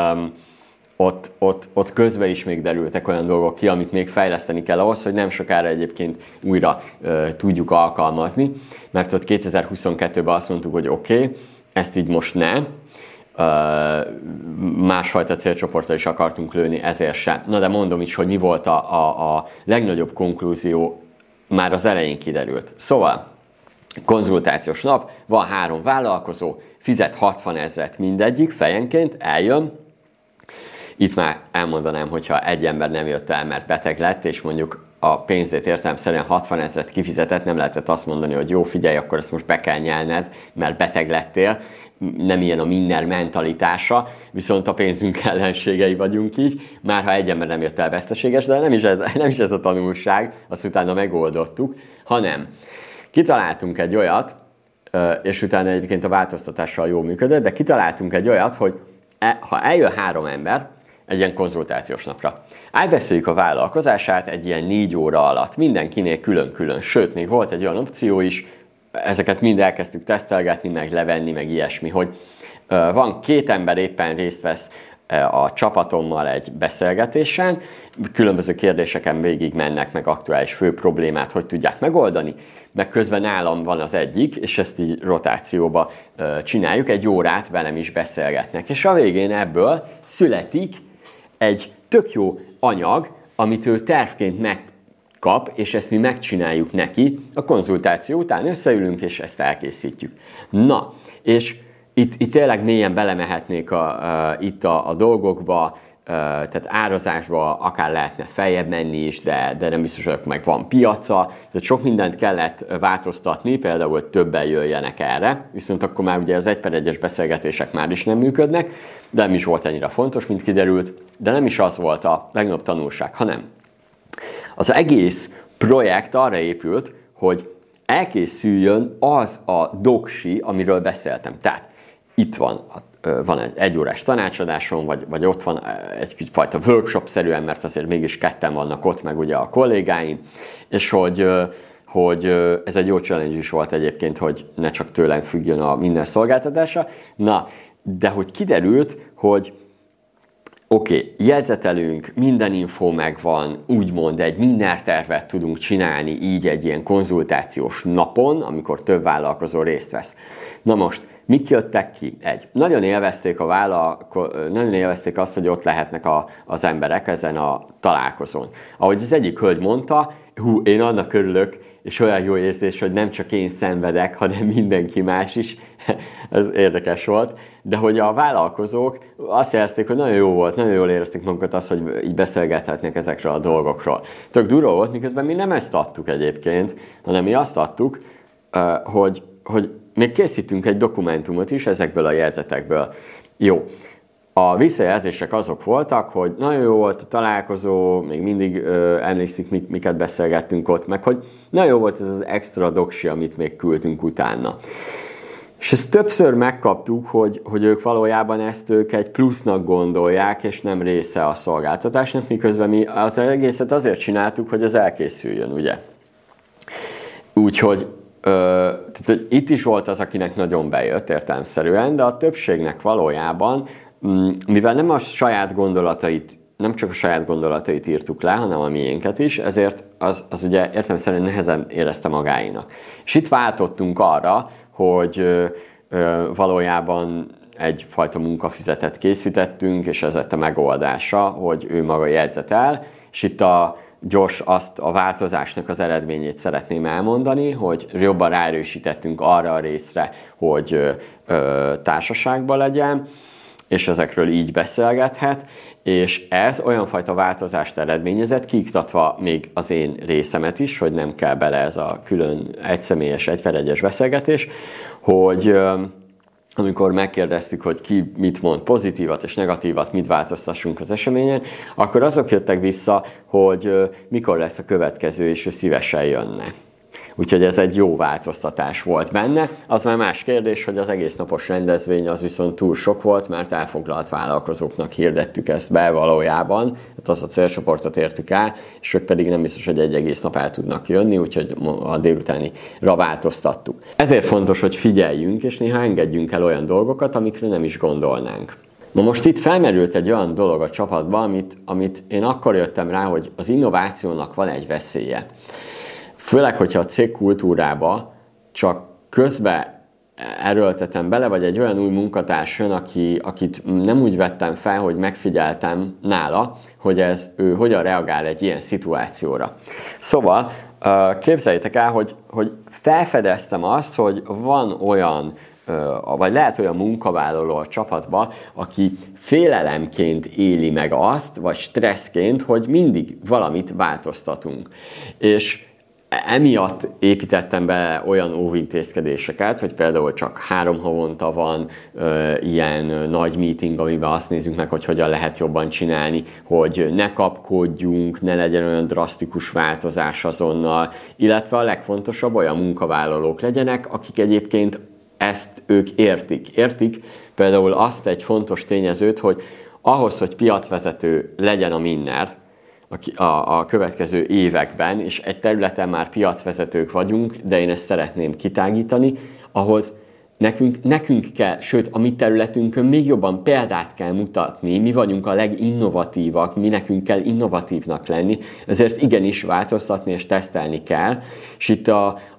ott közben is még derültek olyan dolgok ki, amit még fejleszteni kell ahhoz, hogy nem sokára egyébként újra tudjuk alkalmazni, mert ott 2022-ben azt mondtuk, hogy oké, ezt így most ne, másfajta célcsoportra is akartunk lőni, ezért sem. Na de mondom is, hogy mi volt a legnagyobb konklúzió, már az elején kiderült. Szóval, konzultációs nap, van 3 vállalkozó, fizet 60 000 mindegyik fejenként, eljön. Itt már elmondanám, hogyha egy ember nem jött el, mert beteg lett, és mondjuk a pénzét értelemszerűen 60 000 kifizetett, nem lehetett azt mondani, hogy jó, figyelj, akkor ezt most be kell nyelned, mert beteg lettél. Nem ilyen a Minner mentalitása, viszont a pénzünk ellenségei vagyunk így, már ha egy ember nem jött el veszteséges, de nem is ez a tanulság, azt utána megoldottuk, hanem kitaláltunk egy olyat, és utána egyébként a változtatással jól működött, de kitaláltunk egy olyat, hogy ha eljön 3 ember egy ilyen konzultációs napra, átbeszéljük a vállalkozását egy ilyen 4 óra alatt, mindenkinél külön-külön, sőt, még volt egy olyan opció is, ezeket mind elkezdtük tesztelgetni, meg levenni, meg ilyesmi, hogy van 2 ember éppen részt vesz a csapatommal egy beszélgetésen, különböző kérdéseken végig mennek, meg aktuális fő problémát, hogy tudják megoldani, meg közben nálam van az egyik, és ezt így rotációba csináljuk, 1 órát velem is beszélgetnek, és a végén ebből születik egy tök jó anyag, amit ő tervként megkap, és ezt mi megcsináljuk neki, a konzultáció után összeülünk, és ezt elkészítjük. Na, és itt tényleg mélyen belemehetnék itt a dolgokba, tehát árazásba akár lehetne feljebb menni is, de nem biztos, hogy meg van piaca, tehát sok mindent kellett változtatni, például, hogy többen jöjjenek erre, viszont akkor már ugye az 1/1-es beszélgetések már is nem működnek, de nem is volt ennyire fontos, mint kiderült, de nem is az volt a legnagyobb tanulság, hanem az egész projekt arra épült, hogy elkészüljön az a doksi, amiről beszéltem. Tehát itt van egy 1 órás tanácsadásom, vagy ott van egyfajta workshop-szerűen, mert azért mégis 2-en vannak ott, meg ugye a kollégáim, és hogy ez egy jó challenge is volt egyébként, hogy ne csak tőlem függjön a minden szolgáltatása. Na, de hogy kiderült, hogy oké, jegyzetelünk, minden info megvan, úgymond egy minden tervet tudunk csinálni így egy ilyen konzultációs napon, amikor több vállalkozó részt vesz. Na most, mik jöttek ki? Nagyon élvezték azt, hogy ott lehetnek az emberek ezen a találkozón. Ahogy az egyik hölgy mondta, én annak örülök, és olyan jó érzés, hogy nem csak én szenvedek, hanem mindenki más is. Ez érdekes volt. De hogy a vállalkozók azt jelezték, hogy nagyon jó volt, nagyon jól érezték magukat azt, hogy így beszélgethetnek ezekről a dolgokról. Tök durva volt, miközben mi nem ezt adtuk egyébként, hanem mi azt adtuk, hogy még készítünk egy dokumentumot is ezekből a jegyzetekből. Jó. A visszajelzések azok voltak, hogy nagyon jó volt a találkozó, még mindig emlékszik, miket beszélgettünk ott, meg hogy nagyon jó volt ez az extra doksi, amit még küldtünk utána. És ezt többször megkaptuk, hogy ők valójában ők egy plusznak gondolják, és nem része a szolgáltatásnak, miközben mi az egészet azért csináltuk, hogy az elkészüljön, ugye? Úgyhogy tehát, itt is volt az, akinek nagyon bejött értelemszerűen, de a többségnek valójában, mivel nem csak a saját gondolatait írtuk le, hanem a miénket is, ezért az ugye értelemszerűen nehezen érezte magáinak. És itt váltottunk arra, hogy valójában egyfajta munkafizetet készítettünk, és ez lett a megoldása, hogy ő maga jegyzetel, és itt a változásnak az eredményét szeretném elmondani, hogy jobban ráerősítettünk arra a részre, hogy társaságban legyen, és ezekről így beszélgethet, és ez olyan fajta változást eredményezett, kiiktatva még az én részemet is, hogy nem kell bele ez a külön egyszemélyes, 1/1-es beszélgetés, hogy amikor megkérdeztük, hogy ki mit mond pozitívat és negatívat, mit változtassunk az eseményen, akkor azok jöttek vissza, hogy mikor lesz a következő, és ő szívesen jönne. Úgyhogy ez egy jó változtatás volt benne. Az már más kérdés, hogy az egész napos rendezvény az viszont túl sok volt, mert elfoglalt vállalkozóknak hirdettük ezt be valójában. Hát az a célcsoportot értük el, és ők pedig nem biztos, hogy egy egész nap el tudnak jönni, úgyhogy a délutánira változtattuk. Ezért fontos, hogy figyeljünk, és néha engedjünk el olyan dolgokat, amikre nem is gondolnánk. Na most itt felmerült egy olyan dolog a csapatban, amit én akkor jöttem rá, hogy az innovációnak van egy veszélye. Főleg, hogyha a cég kultúrába csak közbe erőltetem bele, vagy egy olyan új munkatárs jön, akit nem úgy vettem fel, hogy megfigyeltem nála, hogy ő hogyan reagál egy ilyen szituációra. Szóval képzeljétek el, hogy felfedeztem azt, hogy van olyan, vagy lehet olyan munkavállaló a csapatban, aki félelemként éli meg azt, vagy stresszként, hogy mindig valamit változtatunk. És emiatt építettem be olyan óvintézkedéseket, hogy például csak 3 havonta van ilyen nagy meeting, amiben azt nézzük meg, hogy hogyan lehet jobban csinálni, hogy ne kapkodjunk, ne legyen olyan drasztikus változás azonnal, illetve a legfontosabb olyan munkavállalók legyenek, akik egyébként ezt ők értik. Például azt egy fontos tényezőt, hogy ahhoz, hogy piacvezető legyen a Minner, a következő években, és egy területen már piacvezetők vagyunk, de én ezt szeretném kitágítani, ahhoz nekünk kell, sőt a mi területünkön még jobban példát kell mutatni, mi vagyunk a leginnovatívak, mi nekünk kell innovatívnak lenni, ezért igenis változtatni és tesztelni kell, és itt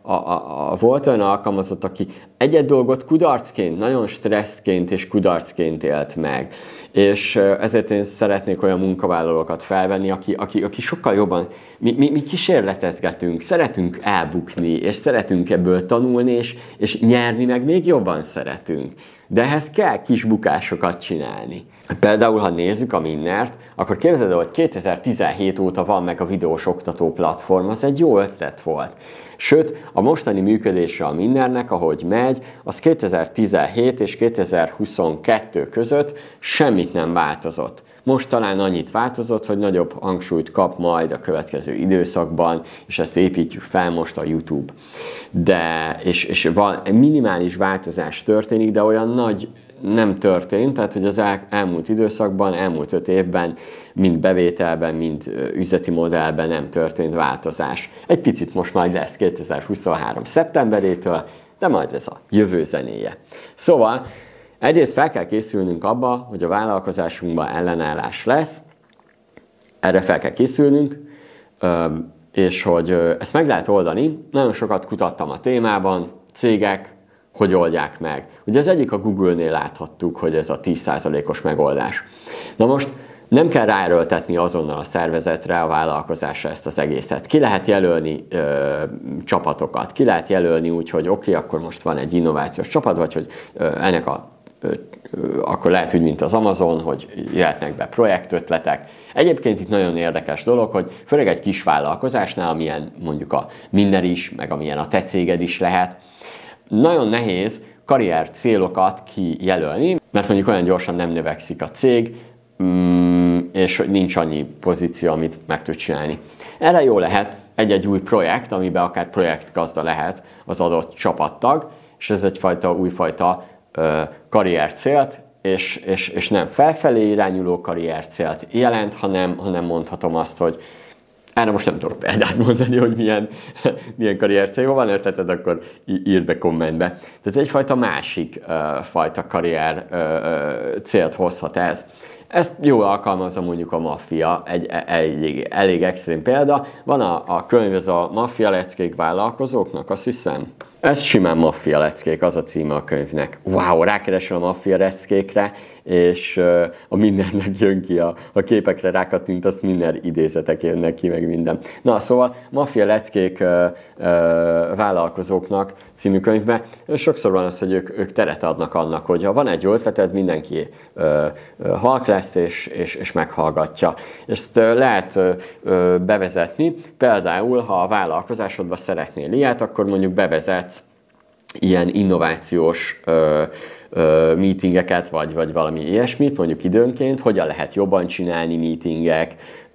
volt olyan alkalmazott, aki egy dolgot kudarcként, nagyon stresszként és kudarcként élt meg. És ezért én szeretnék olyan munkavállalókat felvenni, aki sokkal jobban, mi kísérletezgetünk, szeretünk elbukni, és szeretünk ebből tanulni, és nyerni meg még jobban szeretünk. De ehhez kell kis bukásokat csinálni. Például, ha nézzük a Minnert, akkor képzeld el, hogy 2017 óta van meg a videós oktató platform, az egy jó ötlet volt. Sőt, a mostani működésre a Minnernek, ahogy megy, az 2017 és 2022 között semmit nem változott. Most talán annyit változott, hogy nagyobb hangsúlyt kap majd a következő időszakban, és ezt építjük fel most a YouTube. És minimális változás történik, de olyan nagy nem történt, tehát hogy az elmúlt időszakban, elmúlt 5 évben, mind bevételben, mind üzleti modellben nem történt változás. Egy picit most majd lesz 2023. szeptemberétől, de majd ez a jövő zenéje. Szóval egyrészt fel kell készülnünk abba, hogy a vállalkozásunkban ellenállás lesz, erre fel kell készülnünk, és hogy ezt meg lehet oldani. Nagyon sokat kutattam a témában, cégek, hogy oldják meg. Ugye az egyik a Google-nél láthattuk, hogy ez a 10%-os megoldás. Na most nem kell ráerőltetni azonnal a szervezetre, a vállalkozásra ezt az egészet. Ki lehet jelölni csapatokat, ki lehet jelölni úgy, hogy oké, akkor most van egy innovációs csapat, vagy hogy akkor lehet úgy, mint az Amazon, hogy jöhetnek be projektötletek. Egyébként itt nagyon érdekes dolog, hogy főleg egy kis vállalkozásnál, amilyen mondjuk a Minner is, meg amilyen a te céged is lehet, nagyon nehéz karrier célokat kijelölni, mert mondjuk olyan gyorsan nem növekszik a cég, és nincs annyi pozíció, amit meg tud csinálni. Erre jó lehet egy új projekt, amiben akár projektgazda lehet az adott csapattag, és ez egyfajta újfajta karrier célt, és nem felfelé irányuló karrier célt jelent, hanem mondhatom azt, hogy erre most nem tudok példát mondani, hogy milyen karriercél. Ha van ötleted, akkor írd be kommentbe. Tehát egyfajta másik fajta karrier célt hozhat ez. Ezt jól alkalmazza mondjuk a Maffia, egy elég extrém példa. Van a könyv, ez a Maffia leckék vállalkozóknak, azt hiszem. Ez simán Maffia leckék, az a címe a könyvnek. Wow, rákeresel a Maffia leckékre, és a Minnernek jön ki a képekre, rákattintasz, Minner idézetek jönnek ki, meg minden. Na, szóval Maffia leckék vállalkozóknak című könyvben sokszor van az, hogy ők teret adnak annak, hogy ha van egy ötleted, mindenki halk lesz, és meghallgatja. Ezt lehet bevezetni. Például, ha a vállalkozásodba szeretnél ilyet, akkor mondjuk bevezetsz ilyen innovációs meetingeket, vagy valami ilyesmit, mondjuk időnként, hogyan lehet jobban csinálni meetingek,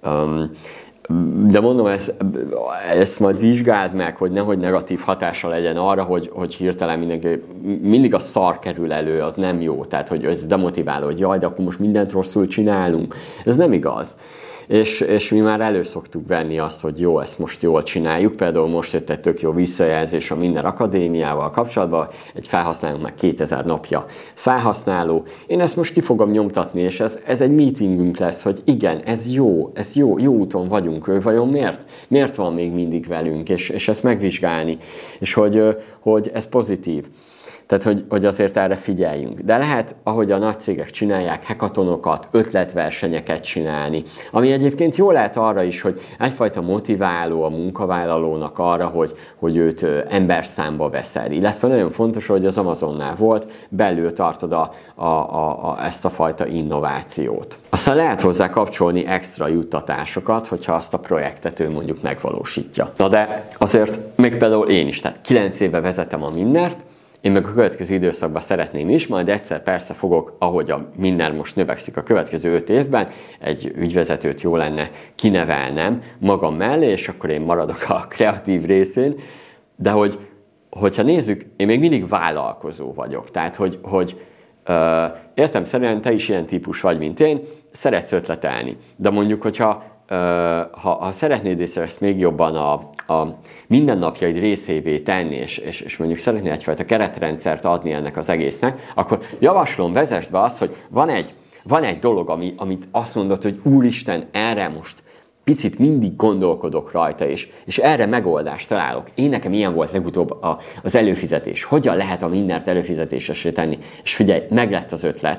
de mondom, ezt majd vizsgáld meg, hogy nehogy negatív hatása legyen arra, hogy hirtelen mindig a szar kerül elő, az nem jó, tehát hogy ez demotiváló, hogy jaj, de akkor most mindent rosszul csinálunk. Ez nem igaz. És mi már elő szoktuk venni azt, hogy jó, ezt most jól csináljuk. Például most jött egy tök jó visszajelzés a Minner Akadémiával kapcsolatban, egy felhasználónk már 2000 napja felhasználó. Én ezt most ki fogom nyomtatni, és ez egy meetingünk lesz, hogy igen, ez jó úton vagyunk, ő vajon miért van még mindig velünk, és ezt megvizsgálni, és hogy ez pozitív. Tehát, hogy azért erre figyeljünk. De lehet, ahogy a nagy cégek csinálják, hackathonokat, ötletversenyeket csinálni, ami egyébként jól lehet arra is, hogy egyfajta motiváló a munkavállalónak arra, hogy őt emberszámba veszed. Illetve nagyon fontos, hogy az Amazonnál volt, belül tartod ezt a fajta innovációt. Aztán lehet hozzá kapcsolni extra juttatásokat, hogyha azt a projektet ő mondjuk megvalósítja. Na de azért még például én is, tehát 9 éve vezetem a Minnert, én meg a következő időszakban szeretném is, majd egyszer persze fogok, ahogy a Minner most növekszik a következő 5 évben, egy ügyvezetőt jó lenne kinevelnem magam mellé, és akkor én maradok a kreatív részén, de hogyha nézzük, én még mindig vállalkozó vagyok, tehát hogy értelemszerűen te is ilyen típus vagy, mint én, szeretsz ötletelni, de mondjuk, hogyha ha szeretnéd ezt még jobban a mindennapjaid részévé tenni, és mondjuk szeretnél egyfajta keretrendszert adni ennek az egésznek, akkor javaslom, vezesd be azt, hogy van egy dolog, amit azt mondod, hogy úristen, erre most picit mindig gondolkodok rajta, és erre megoldást találok. Én nekem ilyen volt legutóbb az előfizetés. Hogyan lehet a Minnert előfizetésesé tenni? És figyelj, meglett az ötlet.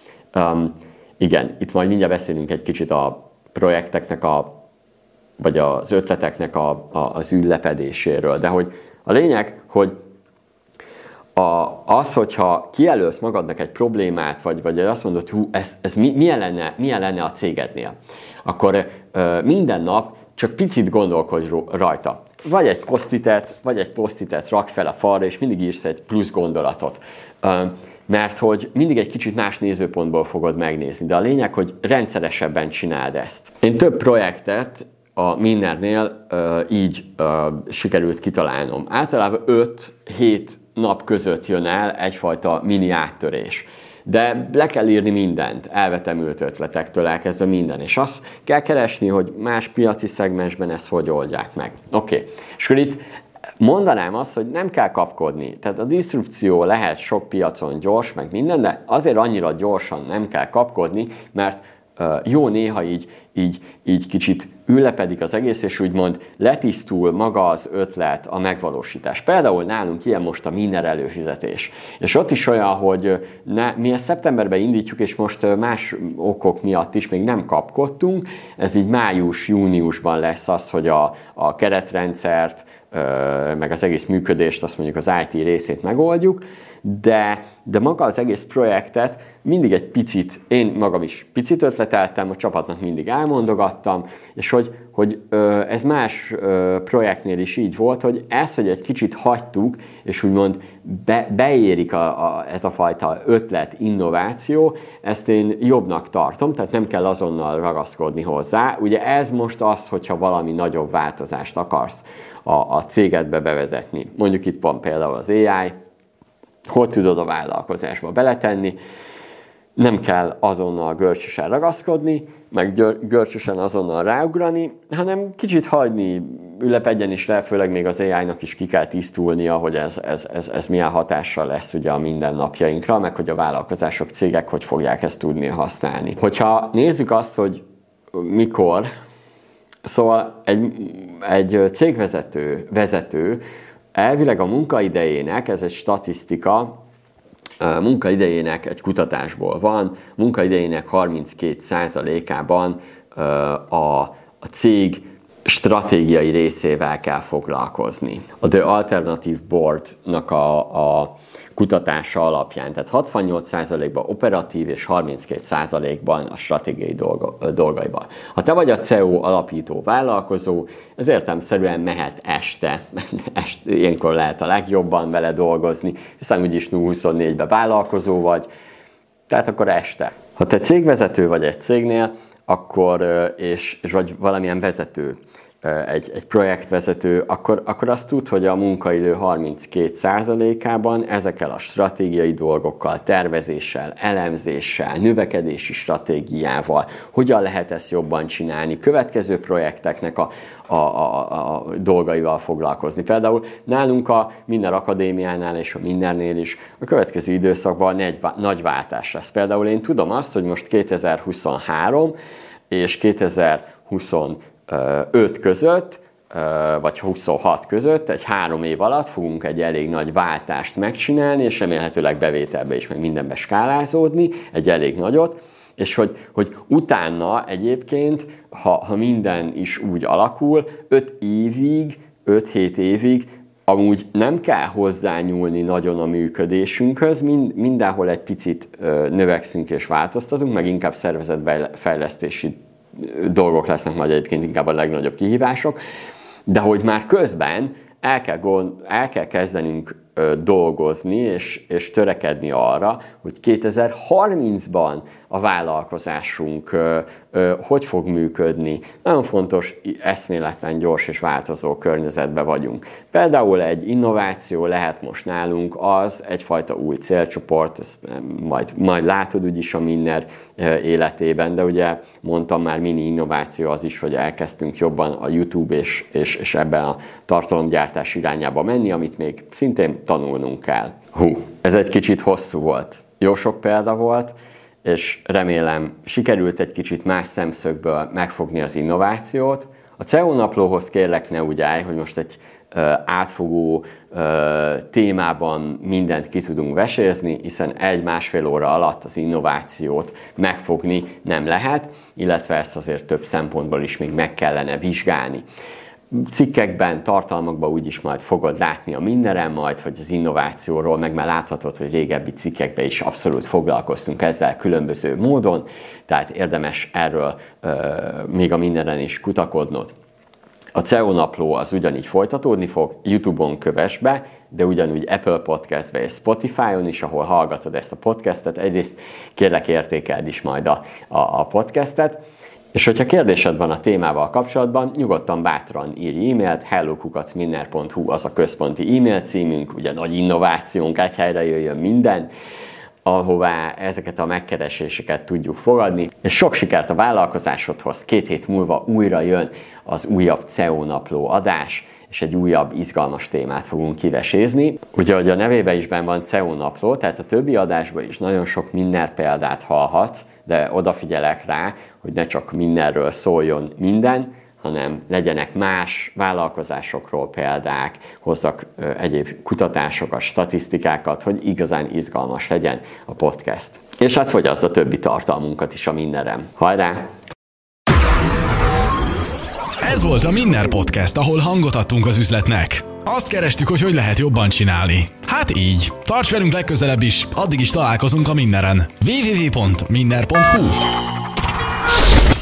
Igen, itt majd mindjárt beszélünk egy kicsit a projekteknek vagy az ötleteknek az ügylepedéséről. De hogy a lényeg, hogy hogyha kijelölsz magadnak egy problémát, vagy azt mondod, ez milyen lenne a cégednél, akkor minden nap csak picit gondolkodj rajta. Vagy egy posztitet rak fel a falra, és mindig írsz egy plusz gondolatot. Mert hogy mindig egy kicsit más nézőpontból fogod megnézni. De a lényeg, hogy rendszeresebben csináld ezt. Én több projektet a Minnernél így sikerült kitalálnom. Általában 5-7 nap között jön el egyfajta mini áttörés. De le kell írni mindent, elvetemült ötletektől elkezdve minden, és azt kell keresni, hogy más piaci szegmensben ezt hogy oldják meg. Oké. És akkor itt mondanám azt, hogy nem kell kapkodni. Tehát a disztrupció lehet sok piacon gyors, meg minden, de azért annyira gyorsan nem kell kapkodni, mert jó néha így kicsit üllepedik az egész, és úgymond letisztul maga az ötlet, a megvalósítás. Például nálunk ilyen most a Minner előfizetés. És ott is olyan, hogy mi ezt szeptemberben indítjuk, és most más okok miatt is még nem kapkodtunk. Ez így május-júniusban lesz az, hogy a keretrendszert, meg az egész működést, azt mondjuk az IT részét megoldjuk, de maga az egész projektet mindig egy picit, én magam is picit ötleteltem, a csapatnak mindig elmondogattam, és hogy ez más projektnél is így volt, hogy hogy egy kicsit hagytuk, és úgymond beérik ez a fajta ötlet, innováció, ezt én jobbnak tartom, tehát nem kell azonnal ragaszkodni hozzá. Ugye ez most az, hogyha valami nagyobb változást akarsz a cégedbe bevezetni. Mondjuk itt van például az AI, hogy tudod a vállalkozásba beletenni, nem kell azonnal görcsösen ragaszkodni, meg görcsösen azonnal ráugrani, hanem kicsit hagyni, ülepedjen is le, főleg még az AI-nak is ki kell tisztulnia, hogy ez milyen hatással lesz ugye a mindennapjainkra, meg hogy a vállalkozások, cégek hogy fogják ezt tudni használni. Hogyha nézzük azt, hogy mikor, szóval egy cégvezető elvileg a munkaidejének, ez egy statisztika, munkaidejének egy kutatásból van, munkaidejének 32%-ában a cég stratégiai részével kell foglalkozni. A The Alternative Board-nak a kutatása alapján, tehát 68%-ban operatív és 32%-ban a stratégiai dolgaiban. Ha te vagy a CEO alapító vállalkozó, ez értelemszerűen mehet este, ilyenkor lehet a legjobban vele dolgozni, hiszen úgyis 0-24-ben vállalkozó vagy, tehát akkor este. Ha te cégvezető vagy egy cégnél, akkor, és vagy valamilyen vezető, egy projektvezető, akkor azt tud, hogy a munkaidő 32%-ában ezekkel a stratégiai dolgokkal, tervezéssel, elemzéssel, növekedési stratégiával, hogyan lehet ezt jobban csinálni, következő projekteknek a dolgaival foglalkozni. Például nálunk a Minner Akadémiánál és a Minnernél is a következő időszakban nagy váltás lesz. Például én tudom azt, hogy most 2023 és 2025 között, vagy 26 között, egy 3 év alatt fogunk egy elég nagy váltást megcsinálni, és remélhetőleg bevételbe is, meg mindenbe skálázódni, egy elég nagyot, és hogy utána egyébként, ha minden is úgy alakul, 5-7 évig amúgy nem kell hozzányúlni nagyon a működésünkhöz, mindenhol egy picit növekszünk és változtatunk, meg inkább szervezetfejlesztési dolgok lesznek majd egyébként inkább a legnagyobb kihívások, de hogy már közben el kell kezdenünk dolgozni és törekedni arra, hogy 2030-ban a vállalkozásunk hogy fog működni. Nagyon fontos, eszméletlen, gyors és változó környezetben vagyunk. Például egy innováció lehet most nálunk az egyfajta új célcsoport, ezt majd látod úgyis a Minner életében, de ugye mondtam már, mini innováció az is, hogy elkezdtünk jobban a YouTube és ebben a tartalomgyártás irányába menni, amit még szintén tanulnunk kell. Ez egy kicsit hosszú volt. Jó sok példa volt, és remélem sikerült egy kicsit más szemszögből megfogni az innovációt. A CEO naplóhoz kérlek ne úgy állj, hogy most egy átfogó témában mindent ki tudunk vesézni, hiszen 1-1,5 óra alatt az innovációt megfogni nem lehet, illetve ezt azért több szempontból is még meg kellene vizsgálni. Cikkekben, tartalmakban úgyis majd fogod látni a Minneren majd, hogy az innovációról, meg már láthatod, hogy régebbi cikkekben is abszolút foglalkoztunk ezzel különböző módon, tehát érdemes erről még a Minneren is kutakodnod. A CEO napló az ugyanígy folytatódni fog, YouTube-on kövess be, de ugyanúgy Apple Podcastbe és Spotify-on is, ahol hallgatod ezt a podcastet. Egyrészt kérlek értékeld is majd a podcastet. És hogyha kérdésed van a témával kapcsolatban, nyugodtan bátran írj e-mailt, hello@minner.hu az a központi e-mail címünk, ugye nagy innovációnk, egy helyre jöjjön minden, ahová ezeket a megkereséseket tudjuk fogadni, és sok sikert a vállalkozásodhoz, 2 hét múlva újra jön az újabb CEO napló adás, és egy újabb izgalmas témát fogunk kivesézni. Ugye, hogy a nevében is benn van CEO napló, tehát a többi adásban is nagyon sok Minner példát hallhatsz, de odafigyelek rá, hogy ne csak Minnerről szóljon minden, hanem legyenek más vállalkozásokról példák, hozzak egyéb kutatásokat, statisztikákat, hogy igazán izgalmas legyen a podcast. És hát fogyaszt a többi tartalmunkat is a Minneren. Hajrá! Ez volt a Minner Podcast, ahol hangot adtunk az üzletnek. Azt kerestük, hogy lehet jobban csinálni. Hát így. Tarts velünk legközelebb is, addig is találkozunk a Minneren. www.minner.hu